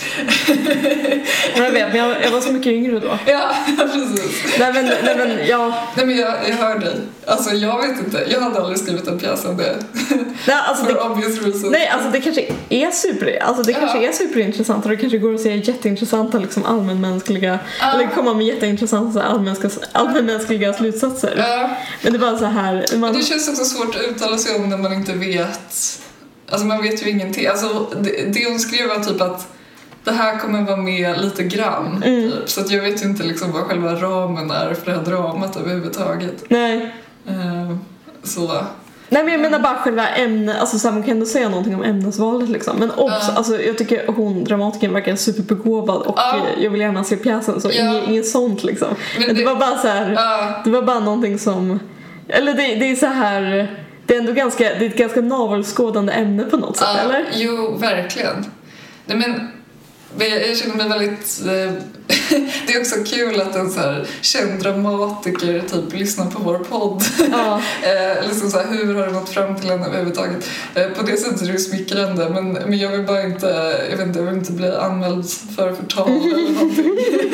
jag vet, men jag, jag var så mycket yngre då. Ja, precis. Nej men, nej, men ja. Nej men jag, jag hör dig. Alltså jag vet inte, jag hade aldrig skrivit en pjäs om det. Nej, alltså For det, obvious reasons. Nej, alltså det kanske är super, alltså det kanske ja. är superintressant och det kanske går att säga jätteintressanta liksom allmänmänskliga, ja. eller komma med jätteintressanta allmänmänskliga, allmänmänskliga slutsatser. Ja. Men det är bara så här. Man... Men det känns också svårt att uttala sig om när man inte vet. Alltså man vet ju ingenting. Alltså det, det hon skrev var typ att det här kommer vara med lite grann. Mm. Typ. Så att jag vet ju inte liksom vad själva ramen är för det här dramat överhuvudtaget. Nej. Uh, så. Nej men jag menar bara själva ämnet, alltså så här, man kan ändå säga någonting om ämnesvalet liksom. Men också, uh. alltså jag tycker hon, dramatikern, verkar superbegåvad och uh. jag vill gärna se pjäsen så yeah. inget, inget sånt liksom. Men, men det, det var bara så här, uh. det var bara någonting som, eller det, det är så här, det är ändå ganska, det är ett ganska navelskådande ämne på något sätt, uh. eller? Jo, verkligen. Nej men jag känner mig väldigt eh, det är också kul att en så här känd dramatiker typ lyssnar på vår podd. Ja. eh, liksom så här, hur har det gått fram till henne överhuvudtaget? Eh, på det sättet är det smickrande, men, men jag vill bara inte jag vet inte, jag vill inte bli anmäld för förtal eller någonting.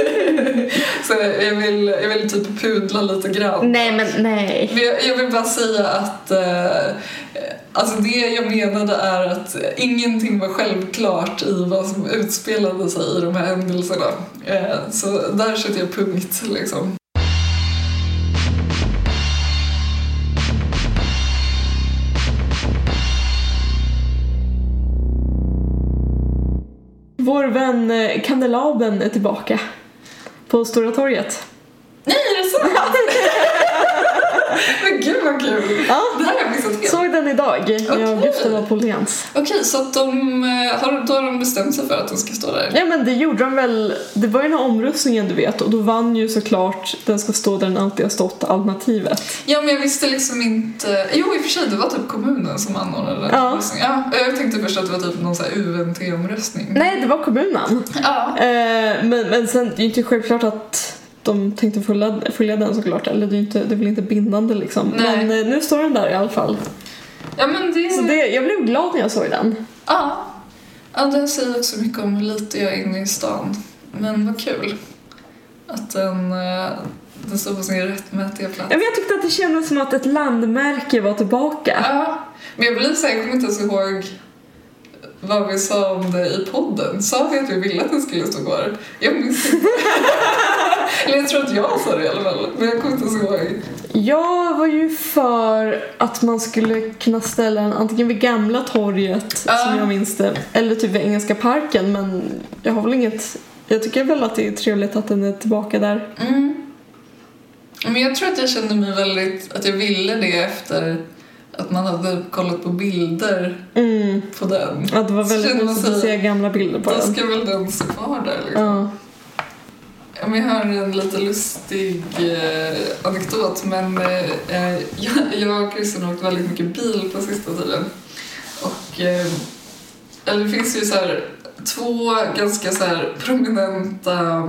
Så jag vill, jag vill typ pudla lite grann. Nej, men nej. Men jag, jag vill bara säga att eh, alltså det jag menade är att ingenting var självklart i vad som utspelade sig i de här händelserna. Så där sätter jag punkt liksom. Vår vän Kandelaben är tillbaka på Stora torget. Nej, är det så? Men Gud vad kul. Ja. Det här har jag missat helt. Såg den idag. Jag Okej. och Gustav var på Åhléns. Okej, så att de har, då har de bestämt sig för att de ska stå där. Ja, men det gjorde de väl. Det var ju den här omröstningen, du vet. Och då vann ju såklart den ska stå där den alltid har stått, alternativet. Ja, men jag visste liksom inte. Jo, i och för sig, det var typ kommunen som anordnade den. Ja. Ja, jag tänkte först att det var typ någon så här U N T-omröstning. Nej, det var kommunen. Ja. Eh, men, men sen det är ju inte självklart att de tänkte följa, följa den såklart. Eller det är, inte, det är väl inte bindande liksom. Nej. Men eh, nu står den där i alla fall. Ja, men det... Så det, jag blev glad när jag såg den. Ja. Ja, det säger också mycket om hur lite jag är inne i stan. Men vad kul att den, eh, den står på sin rättmätiga plats. Ja, men jag tyckte att det kändes som att ett landmärke var tillbaka. Ja, men jag blir så här, jag kommer inte ens ihåg vad vi sa om det i podden. Sa vi att vi ville att den skulle stå kvar? Jag minns inte. Eller jag tror att jag sa det i alla fall. Men jag kommer inte ens ihåg. Jag var ju för att man skulle kunna ställa den antingen vid Gamla torget, Ja. som jag minns det, eller typ vid Engelska parken. Men jag har väl inget... Jag tycker väl att det är trevligt att den är tillbaka där. Mm. Men jag tror att jag kände mig väldigt... Att jag ville det efter att man hade kollat på bilder Mm. på den. Ja, det var Så väldigt kände man mysigt att sig- se gamla bilder på Då den. ska väl den stå kvar där liksom. Ja. Ja, men jag har en lite lustig eh, anekdot, men eh, jag, jag och Christian har åkt väldigt mycket bil på sista tiden. Och eh, eller det finns ju så här två ganska så här prominenta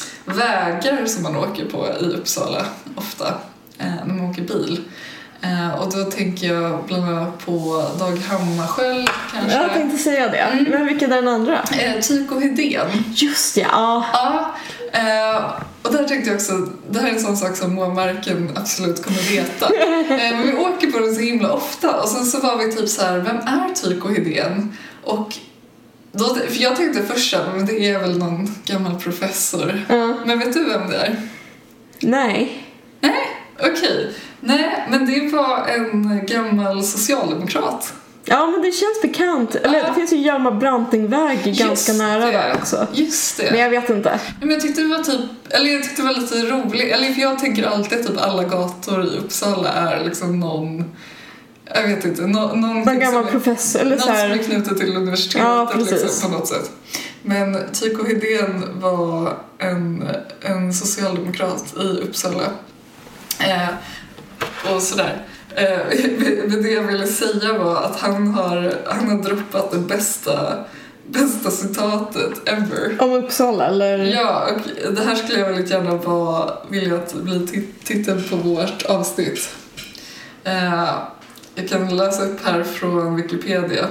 vägar som man åker på i Uppsala ofta eh, när man åker bil. Eh, och då tänker jag bland annat på Dag Hammarskjöld kanske. Jag tänkte säga det. Mm. Men vilka är den andra? Eh, Tycho Hedén. Just det, ja. Ja, eh, och där tänkte jag också, det här är en sån sak som Moa-marken absolut kommer veta. Eh, men vi åker på den så himla ofta och sen så var vi typ så här: vem är Tycho Hedén? Och då, för jag tänkte först så här, men det är väl någon gammal professor. Ja. Men vet du vem det är? Nej. Nej, okej. Nej, men det var en gammal socialdemokrat. Ja, men det känns bekant. Eller Ja. det finns ju Hjalmar Branting-väg ganska Just nära det. där också. Just det. Men jag vet inte. Men jag tyckte det var typ, eller jag tyckte det var lite roligt, eller för jag tänker alltid typ alla gator i Uppsala är liksom någon, jag vet inte, no, någon En gammal professor, eller så någon som här. är knutet till universitetet Ja, precis. liksom, på något sätt. Men Tycho Hedén var en, en socialdemokrat i Uppsala. Eh, och sådär. Eh, men det jag ville säga var att han har, han har droppat det bästa, bästa citatet ever. Om Uppsala, eller? Ja, och det här skulle jag väldigt gärna vara, vilja att bli tit- titeln på vårt avsnitt. Eh, jag kan läsa upp här från Wikipedia.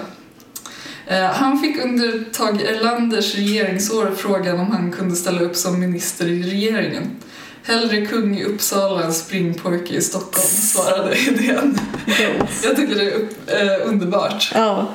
Eh, han fick under Tage Erlanders regeringsår frågan om han kunde ställa upp som minister i regeringen. Hellre kung i Uppsala än springpojke i Stockholm, svarade Hedén. Goals. Jag tycker det är upp, eh, underbart. Ja.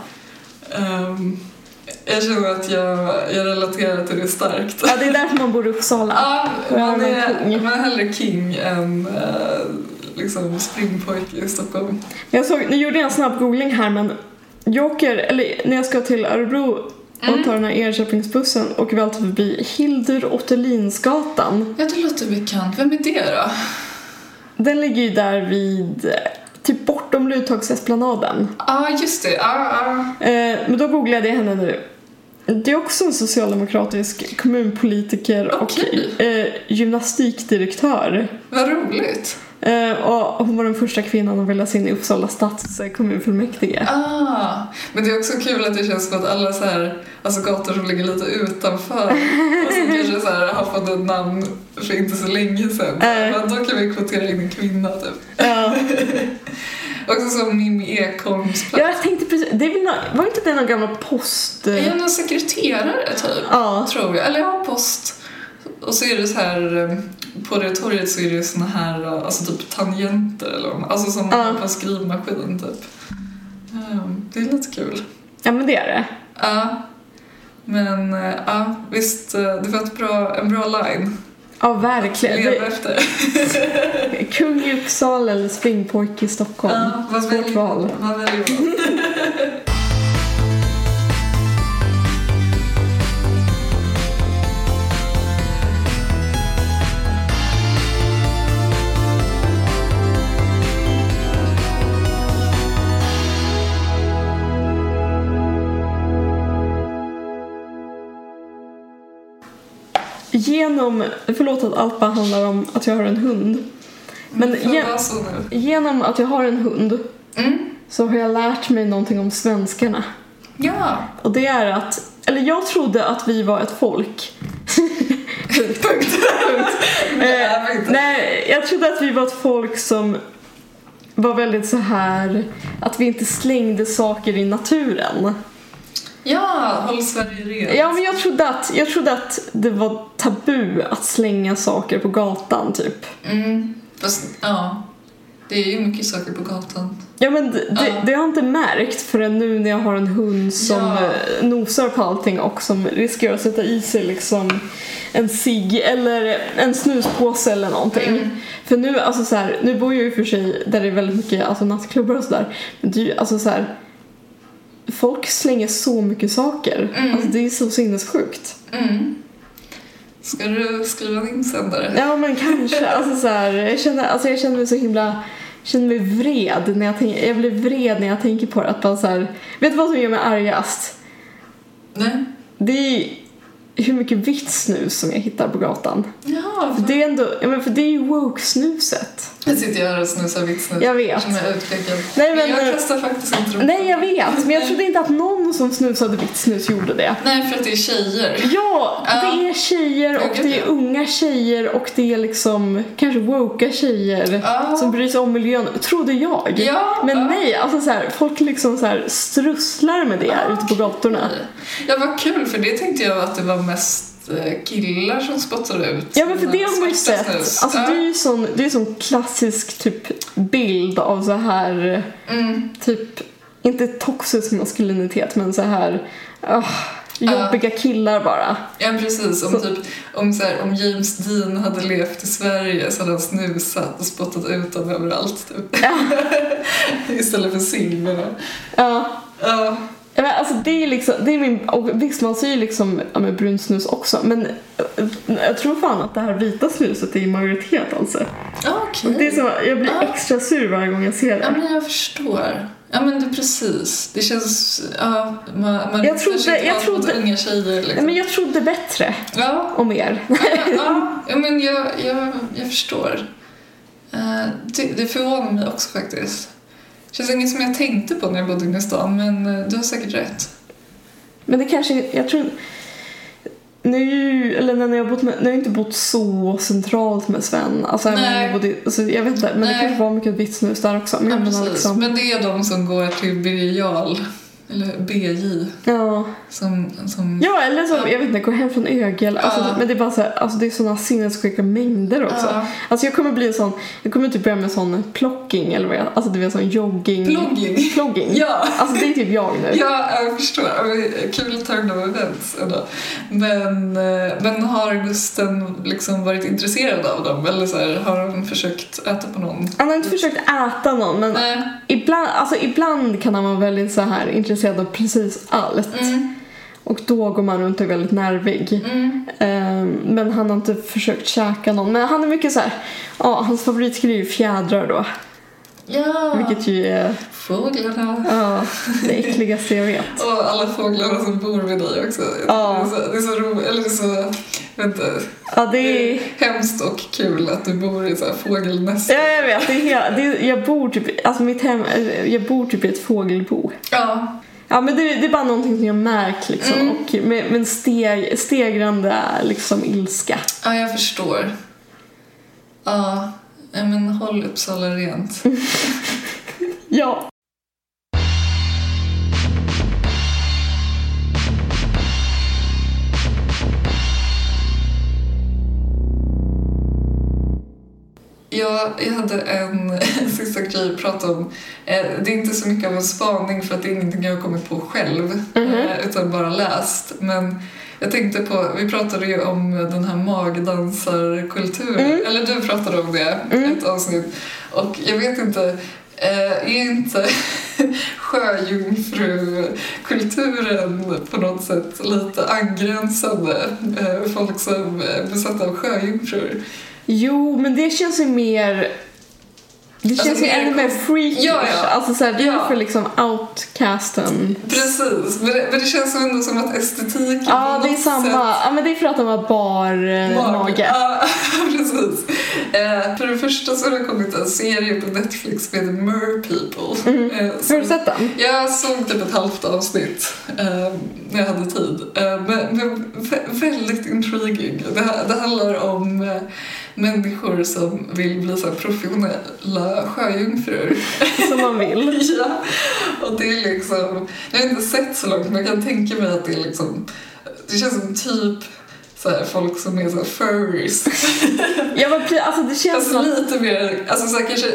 Um, jag känner att jag, jag relaterar till det starkt. Ja, det är därför man bor i Uppsala. Ja, man Ja, är, king. man är hellre king än uh, liksom springpojke i Stockholm. Jag såg, nu gjorde jag en snabb googling här, men jag åker, eller när jag ska till Örebro och Mm. tar den här Enköpingsbussen åker vi alltid förbi Hildur Ottelinsgatan. Ja, det låter bekant. Vem är det då? Den ligger ju där vid, typ bortom Luthagsesplanaden. Ja, ah, just det. Ah, ah. Eh, men då googlade jag henne nu. Det är också en socialdemokratisk kommunpolitiker Okej. och eh, gymnastikdirektör. Vad roligt. Eh, och hon var den första kvinnan att väljas in i Uppsala stads eh, kommunfullmäktige. Ah, men det är också kul att det känns som att alla så här, alltså gator som ligger lite utanför och som kanske så här har fått ett namn för inte så länge sedan. Äh. Men då kan vi kvotera in en kvinna typ. Ja. Också som Mimmi Ekholms plats. Ja, jag tänkte precis, det är väl nå- var inte det någon gammal post? Är Eh, jag någon sekreterare typ? ja. Tror jag. Eller ja, post. Och så är det så här, eh, på det torget så är det såna här, eh, alltså typ tangenter eller vad man- alltså som man Ja. har på en skrivmaskin typ. Um, det är lite kul. Ja, men det är det. Ja. Men eh, ja, visst, eh, det var ett bra, en bra line. Ja, verkligen. Leva Det, efter. kung i Uppsala eller springpojke i Stockholm. Ja, vad Svårt väljer val. Vad väljer man? genom, förlåt att allt bara handlar om att jag har en hund. Men Men ge, vara så nu. genom att jag har en hund Mm. så har jag lärt mig någonting om svenskarna. Ja. Och det är att, eller jag trodde att vi var ett folk. Punkt. Punkt. Nej, eh, nej, jag trodde att vi var ett folk som var väldigt så här att vi inte slängde saker i naturen. Ja, håll Sverige rent. Ja, men jag trodde att jag trodde att det var tabu att slänga saker på gatan typ. Mm. Fast, ja. Det är ju mycket saker på gatan. Ja, men det, Ja. det, det har jag inte märkt förrän nu när jag har en hund som Ja. eh, nosar på allting och som riskerar att sätta i sig liksom en cigg eller en snuspåse eller någonting. Mm. För nu, alltså så här, nu bor jag ju för sig där det är väldigt mycket alltså, nattklubbar och sådär. Men det är ju, alltså så här, folk slänger så mycket saker. Mm. Alltså det är så sinnessjukt. Mm. Ska du skriva en insändare? Ja, men kanske. Alltså så här, jag känner, alltså jag känner mig så himla, jag känner mig vred när jag tänker, jag blir vred när jag tänker på det. Att bara så här, vet du vad som gör mig argast? Nej. Det är hur mycket vitt snus som jag hittar på gatan. Ja, För det är ändå, ja, men för det är ju woke-snuset. Nu sitter jag här och snusar vitt snus. Jag vet. Som är utpekad. Nej, men, men- jag kastar faktiskt inte dem. Nej, jag vet. Men jag trodde inte att någon som snusade vitt snus gjorde det. Nej, för att det är tjejer. Ja, Ja. det är tjejer och Ja, det gud, är ja. unga tjejer och det är liksom kanske woke tjejer Ja. som bryr sig om miljön, trodde jag. Ja, Men ja. nej, alltså så här, folk liksom så här strusslar med det Ja, ute på gatorna. Ja, vad kul, för det tänkte jag att det var mest eh, killar som spottade ut. Ja, men för det har man ju svarta sett. snus. Alltså Ja. det är ju sån, det är sån klassisk typ bild av så här Mm. typ, inte toxisk maskulinitet men så här ah, jobbiga killar bara. Ja, precis. Om, Så- typ, om, så här, om James Dean hade levt i Sverige så hade han snusat och spottat ut dem överallt. Typ. Ja. Istället för silver. Ja. Ja. Ja, men alltså det är liksom, det är min, och visst man säger liksom ja, med brunsnus också, men eh, jag tror fan att det här vita snuset är i majoritet alltså. Ja, okej. Det är så, jag blir Ja. extra sur varje gång jag ser Ja, det. men jag förstår. Ja, men det är precis. Det känns... Ja, man, man Jag trodde- kanske inte jag har trodde- mot unga tjejer. Ja, Liksom. men jag trodde bättre Ja, om er. ja, ja, ja, men jag, jag, jag förstår. Eh, det, det förvånar mig också faktiskt. Det känns inget som jag tänkte på när jag bodde inne i stan, men eh, du har säkert rätt. Men det kanske, jag tror nu, eller när jag har bott med, nu har jag inte bott så centralt med Sven. Alltså, även om Nej. jag, bodde, alltså jag vet inte, men Nej. det kanske var mycket vitt snus där också. Men Ja, jag menar precis. liksom, Men det är de som går till Birger Jarl, eller B J, ja. som... som Ja, eller så, jag vet inte, gå hem från ögel. Alltså, Ja. men det är bara så här, alltså det är såna sinnessjuka mängder också. Ja. Alltså jag kommer bli en sån, jag kommer typ börja med sån plocking eller vad jag, alltså det är sån jogging. Plogging. Plogging. Ja. Alltså det är typ jag nu. Ja, jag förstår. Ja, men kul turn of events ändå. Men, eh, men har Gusten liksom varit intresserad av dem? Eller så här, har han försökt äta på någon? Han har inte försökt äta någon, men Nej. ibland, alltså ibland kan han vara väldigt så här intresserad av precis allt. Mm. Och då går man runt och är väldigt nervig. Mm. Ehm, men han har inte försökt käka någon. Men han är mycket så här, ja, hans favoritgrej är ju fjädrar då. Ja, Vilket ju är, fåglarna. ja, det äckligaste jag vet. Och alla fåglarna som bor vid dig också. Ja. Det är så, det är så roligt, eller det är så, vänta, Ja, det det är... är hemskt och kul att du bor i så här fågelnäst. Ja, jag vet. Det är hela, det är, jag bor typ, alltså mitt hem, jag bor typ i ett fågelbo. Ja. Ja, men det, det är bara någonting som jag märkt liksom. Mm. Och med, med en steg, stegrande liksom ilska. Ja, jag förstår. Ja, ja, men håll Uppsala rent. Ja. Ja, jag hade en sista grej att prata om. Eh, Det är inte så mycket av en spaning för att det är ingenting jag har kommit på själv, Mhm. eh, utan bara läst. Men jag tänkte på, vi pratade ju om den här magdansarkulturen, Mm. eller du pratade om det Mm. ett avsnitt. Och jag vet inte, eh, är inte sjöjungfrukulturen på något sätt lite angränsande? Eh, Folk som är besatta av sjöjungfrur. Jo, men det känns ju mer... Det känns alltså, ju ännu mer freakish. Ja, ja. Alltså såhär, det är Ja. för liksom outcasten. Precis, men det, men det känns ändå som att estetiken Ja, på det är något samma. sätt... Ja, men det är för att de har bar eh, mage. Ja, precis. Eh, för det första så har det kommit en serie på Netflix med Mer People. Mm. Eh, Har du sett den? Jag såg typ ett halvt avsnitt eh, när jag hade tid. Eh, men, men vä- väldigt intriguing. Det, det handlar om eh, människor som vill bli så här professionella sjöjungfrur. Som man vill. Ja, och det är liksom... Jag har inte sett så långt, men jag kan tänka mig att det är liksom... Det känns som typ så här, folk som är så här furries. Ja, men pre- alltså det känns Alltså som... lite mer, alltså så här, kanske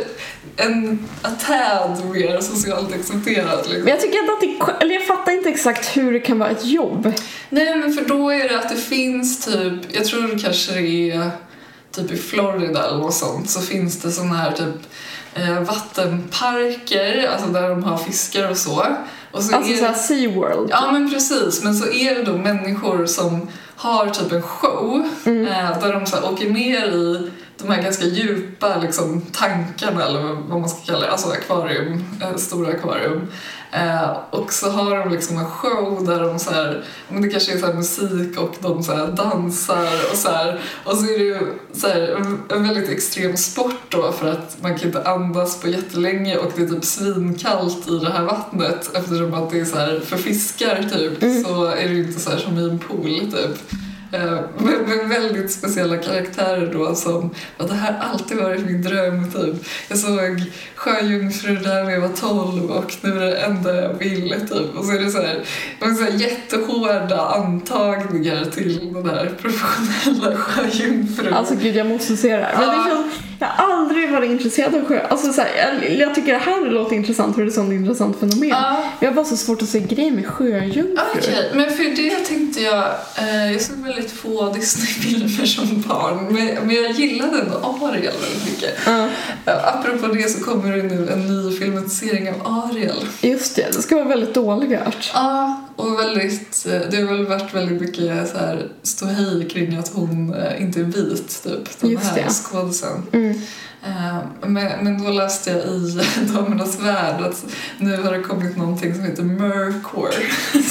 en a tad mer socialt accepterat liksom. Men jag tycker ändå att det... Eller jag fattar inte exakt hur det kan vara ett jobb. Nej, men för då är det att det finns typ, jag tror det kanske är typ i Florida eller något sånt, så finns det såna här typ eh, vattenparker, alltså där de har fiskar och så. Och så Alltså är såhär det, SeaWorld. ja men precis, men så är det då människor som har typ en show Mm. eh, där de så här, åker ner i de här ganska djupa liksom, tankarna eller vad man ska kalla det, alltså akvarium, eh, stora akvarium. Eh, och så har de liksom en show där de så här, men det kanske är så här musik och de så här dansar och så här, och så är det ju så här en, en väldigt extrem sport då för att man kan inte andas på jättelänge och det är typ svinkallt i det här vattnet eftersom att det är så här för fiskar typ Mm. så är det ju inte så här som i en pool typ. Uh, med, med väldigt speciella karaktärer då som att det här alltid varit min dröm typ. Jag såg Sjöjungfrur där när jag var tolv och nu är det enda jag vill typ. Och så är det så här, så här jättehårda antagningar till den här professionella sjöjungfrun. Alltså gud, jag måste se det här. Men det känns, jag har aldrig varit intresserad av sjö. Alltså så här, jag, jag tycker det här låter intressant för det är ett sånt intressant fenomen. Ja. Jag har bara så svårt att se grejer med sjöjungfrur. Okej, men för det tänkte jag, eh, jag såg väldigt få Disney-filmer som barn, men, men jag gillade ändå Ariel väldigt mycket. Ja, Eh, apropå det så kommer det nu en ny filmatisering av Ariel. just det. Det ska vara väldigt dåligt. Ja, och väldigt, eh, det har väl varit väldigt mycket så här ståhej kring att hon eh, inte är vit, typ, den Just här det. skådisen. Mm. Eh, men, men då läste jag i Damernas Värld att nu har det kommit någonting som heter Mercore.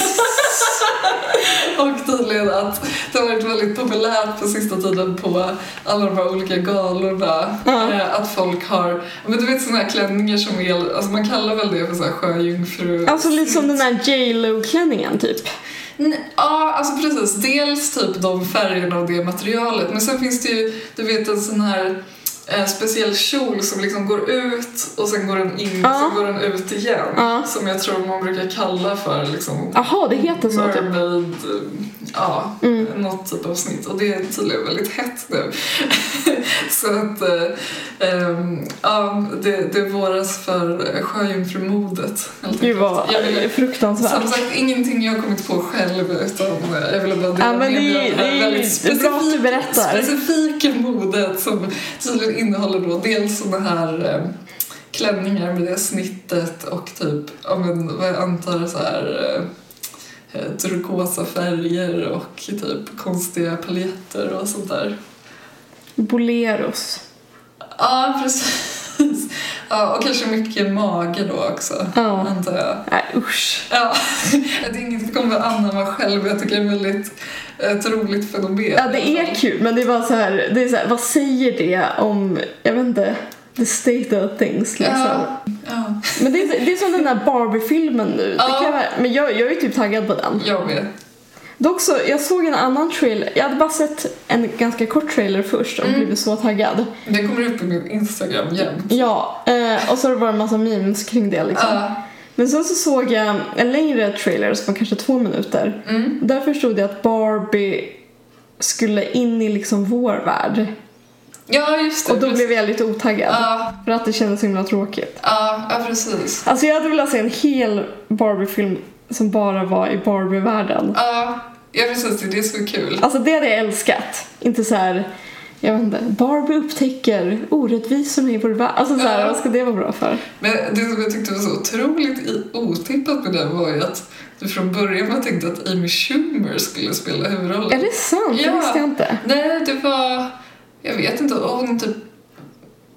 Och tydligen att det har varit väldigt populärt på sista tiden på alla de här olika galorna. Ja. Eh, att folk har, men du vet såna här klänningar som är, alltså man kallar väl det för så här sjöjungfru. Alltså lite som den här J Lo-klänningen typ. N- Ja, alltså precis. Dels typ de färgerna och det materialet. Men sen finns det ju, du vet, en sån här eh, speciell kjol som liksom går ut och sen går den in Ja. och sen går den ut igen. Ja. Som jag tror man brukar kalla för liksom Jaha, det heter så typ. mermaid, eh, ja, Mm. något typ av snitt. Och det är tydligen väldigt hett nu. Så att eh, ehm, ja, det, det våras för sjöjungfrumodet. helt Gud enkelt. vad Jag ville- fruktansvärt. Som sagt, ingenting jag har kommit på själv utan jag ville bara dela Ja, men med det mig är- av det här det är- väldigt det är bra att du specifik- berättar. specifika modet som tydligen innehåller då dels såna här eh, klänningar med det snittet och typ, ja men vad jag antar så här eh, turkosa färger och typ konstiga paljetter och sånt där. Boleros. Ja, precis. Ja, och kanske mycket mage då också, Ja. antar jag. Nej, usch. Ja, det är inget jag kommer anamma själv. Jag tycker det är väldigt ett roligt fenomen. Ja, det är kul, men det är bara så här, det är så här, vad säger det om, jag vet inte, the state of things liksom. Ja, ja. Men det är, det är som den där Barbie-filmen nu. Ja. Det kan jag, men jag, jag är typ taggad på den. Jag med. Dock så, jag såg en annan trailer. Jag hade bara sett en ganska kort trailer först och Mm. blivit så taggad. Det kommer upp i min Instagram jämt. Ja, eh, och så har det varit en massa memes kring det liksom. Ja. Men sen så såg jag en längre trailer som var kanske två minuter. Mm. Där förstod jag att Barbie skulle in i liksom vår värld. Ja, just det. Och då precis. blev jag lite otaggad. Ja, För att det kändes så himla tråkigt. ja, ja, precis. Alltså jag hade velat se en hel Barbie-film som bara var i Barbie-världen. Ja, ja, precis. Det är det som är kul. Alltså det hade jag älskat. Inte så här, jag vet inte, Barbie upptäcker orättvisorna i vår värld. Alltså så här, Ja. vad ska det vara bra för? Men det som jag tyckte var så otroligt i- otippat med den var ju att du från början var tänkt att Amy Schumer skulle spela huvudrollen. Är det sant? Det Ja. visste jag inte. Nej, det var... Jag vet inte, hon typ...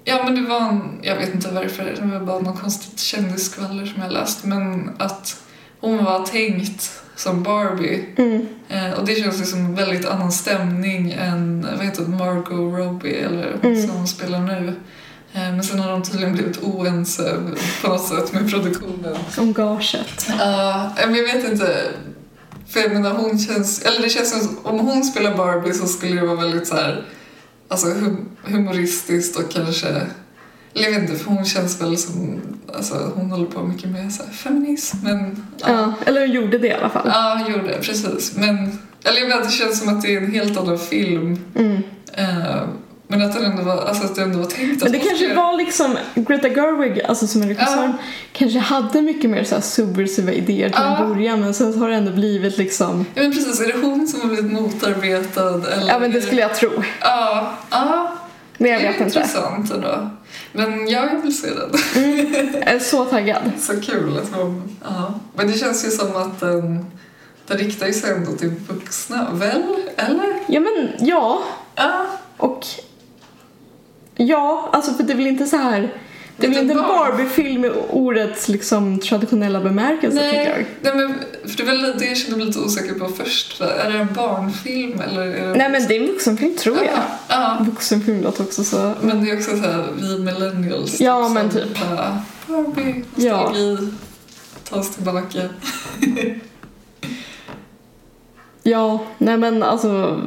Ja, men det var en, jag vet inte varför, det var bara någon konstigt kändisskvaller som jag läst, men att hon var tänkt som Barbie. Mm. Eh, och det känns ju som en väldigt annan stämning än, vad heter det, Margot Robbie eller hon Mm. som spelar nu. Eh, men sen har de tydligen blivit oense på något sätt med produktionen. Om gaget. Ja, men jag vet inte. För jag menar, hon känns, eller det känns som om hon spelar Barbie så skulle det vara väldigt så här, alltså hum, humoristiskt och kanske, eller jag vet inte, för hon känns väl som, alltså hon håller på mycket med så här feminism, men Ja. ja, eller hon gjorde det i alla fall. Ja, hon gjorde det, precis. Men, eller jag vet, det känns som att det är en helt annan film. Mm. Uh, men att det ändå var, alltså att det ändå var tänkt att Men det kanske skulle... var liksom Greta Gerwig, alltså som är regissören, Ja. kanske hade mycket mer så här subversiva idéer till Ja. en början, men sen så har det ändå blivit liksom... Ja, men precis, är det hon som har blivit motarbetad? Eller... Ja, men det skulle jag tro. Ja, ja. Men jag Det är vet inte. intressant ändå. Men jag vill se den. Mm. Jag är så taggad. Så kul att hon... Ja. Men det känns ju som att den, den riktar sig ändå till vuxna, väl? Eller? Ja, men ja. Ja. Och ja, alltså för det är väl inte så här... Det är väl Lite inte en barn. Barbie-film i ordets liksom traditionella bemärkelse, tycker jag. Nej, men för det var lite, det jag kände mig lite osäker på först. Är det en barnfilm eller är det... Nej, men det är en vuxenfilm, tror jag. Ja, ja. Vuxenfilm låter också så... Men det är också så här, vi millennials. Ja, som men typ. Bara, Barbie, Ja. nostalgi, ta oss tillbaka. Ja, nej men alltså...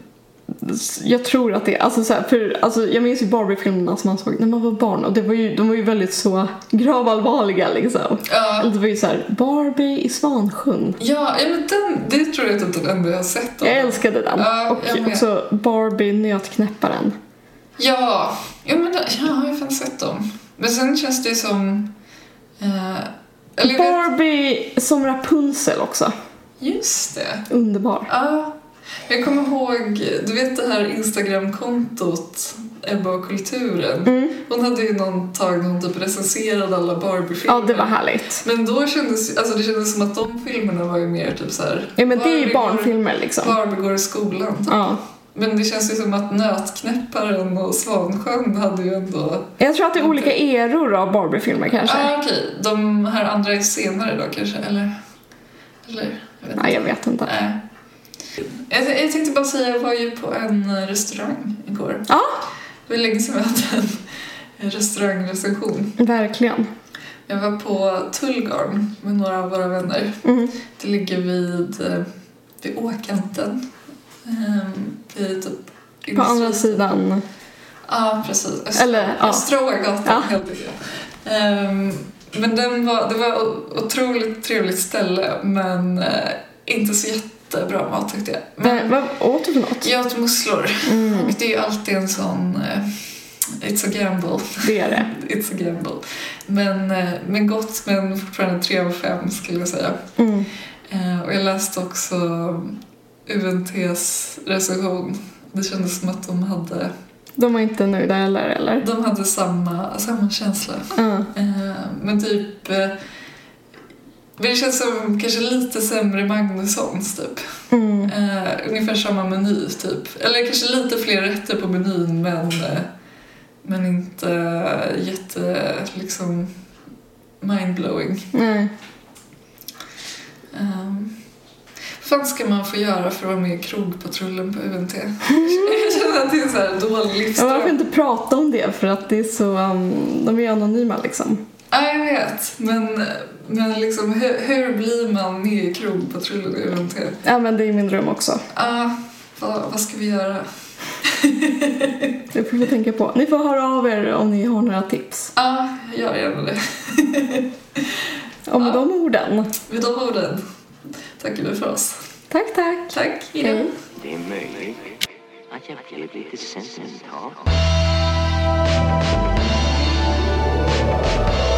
Jag tror att det, alltså så här, för alltså jag minns ju Barbie-filmerna som man såg när man var barn, och det var ju, de var ju väldigt så gravallvarliga liksom. Ja. Eller det var ju så här, Barbie i Svansjön. Ja, ja, men den, det tror jag inte att den enda jag har sett. Av. Jag älskade den. Ja, och jag med. också Barbie nötknäpparen. Ja, ja, men ja, jag har ju fan sett dem. Men sen känns det som... Eh, eller jag vet, Barbie som Rapunzel också. just det. Underbar. Ja, jag kommer ihåg, du vet det här Instagram-kontot Ebba och kulturen. Mm. Hon hade ju någon tag när hon typ recenserade alla Barbie-filmer. Ja, det var härligt. Men då kändes, alltså det kändes som att de filmerna var ju mer typ så här. Ja, men det är ju Barbie barnfilmer går, liksom. Barbie går i skolan typ. Ja. Men det känns ju som att Nötknäpparen och Svansjön hade ju ändå... Jag tror att det är olika eror av Barbie-filmer kanske. Ja, ah, okej. De här andra är senare då kanske, eller? Eller? Jag vet Nej, jag vet inte. Nej. Jag, jag tänkte bara säga, jag var ju på en restaurang igår. Ja, Det var länge sedan vi hade en restaurangrecension. verkligen. Jag var på Tullgarn med några av våra vänner. Mm. Det ligger vid, eh, vid Åkanten. Um, vid typ På andra sidan. Ja, precis. Östra, Eller, ja. Östra Ågatan, Ja. helt enkelt. Um, men den var, det var ett otroligt trevligt ställe, men uh, inte så jättebra mat tyckte jag. Men Men, vad åt du för något? jag åt musslor. Mm. Och det är ju alltid en sån... Uh, it's a gamble. Det är det. It's a gamble. Men, uh, men gott, men fortfarande tre av fem skulle jag säga. Mm. Uh, och jag läste också U N T:s recension. Det kändes som att de hade... De var inte nöjda heller, eller? De hade samma, samma känsla. Ja. Eh, men typ... Eh, men det känns som kanske lite sämre Magnussons, typ. Mm. Eh, ungefär samma meny, typ. Eller kanske lite fler rätter på menyn, men, eh, men inte jätte, liksom, mindblowing. Nej. Um, vad fan ska man få göra för att vara med i krogpatrullen på U N T? Jag känner att det är en så här dålig Jag livsdrag. varför inte prata om det, för att det är så... Um, de är ju anonyma liksom. Ja, jag vet. Men, men liksom, hur, hur blir man med i krogpatrullen i U N T? Ja, men det är min dröm också. Ah, vad, vad ska vi göra? Det får vi tänka på. Ni får höra av er om ni har några tips. Ja, ah, gör gärna det. Och med Ja. de orden. Med de orden tackar vi för oss. Tack, tack. Tack, hejdå. Hej. Det är möjligt att jag blev lite sentimental.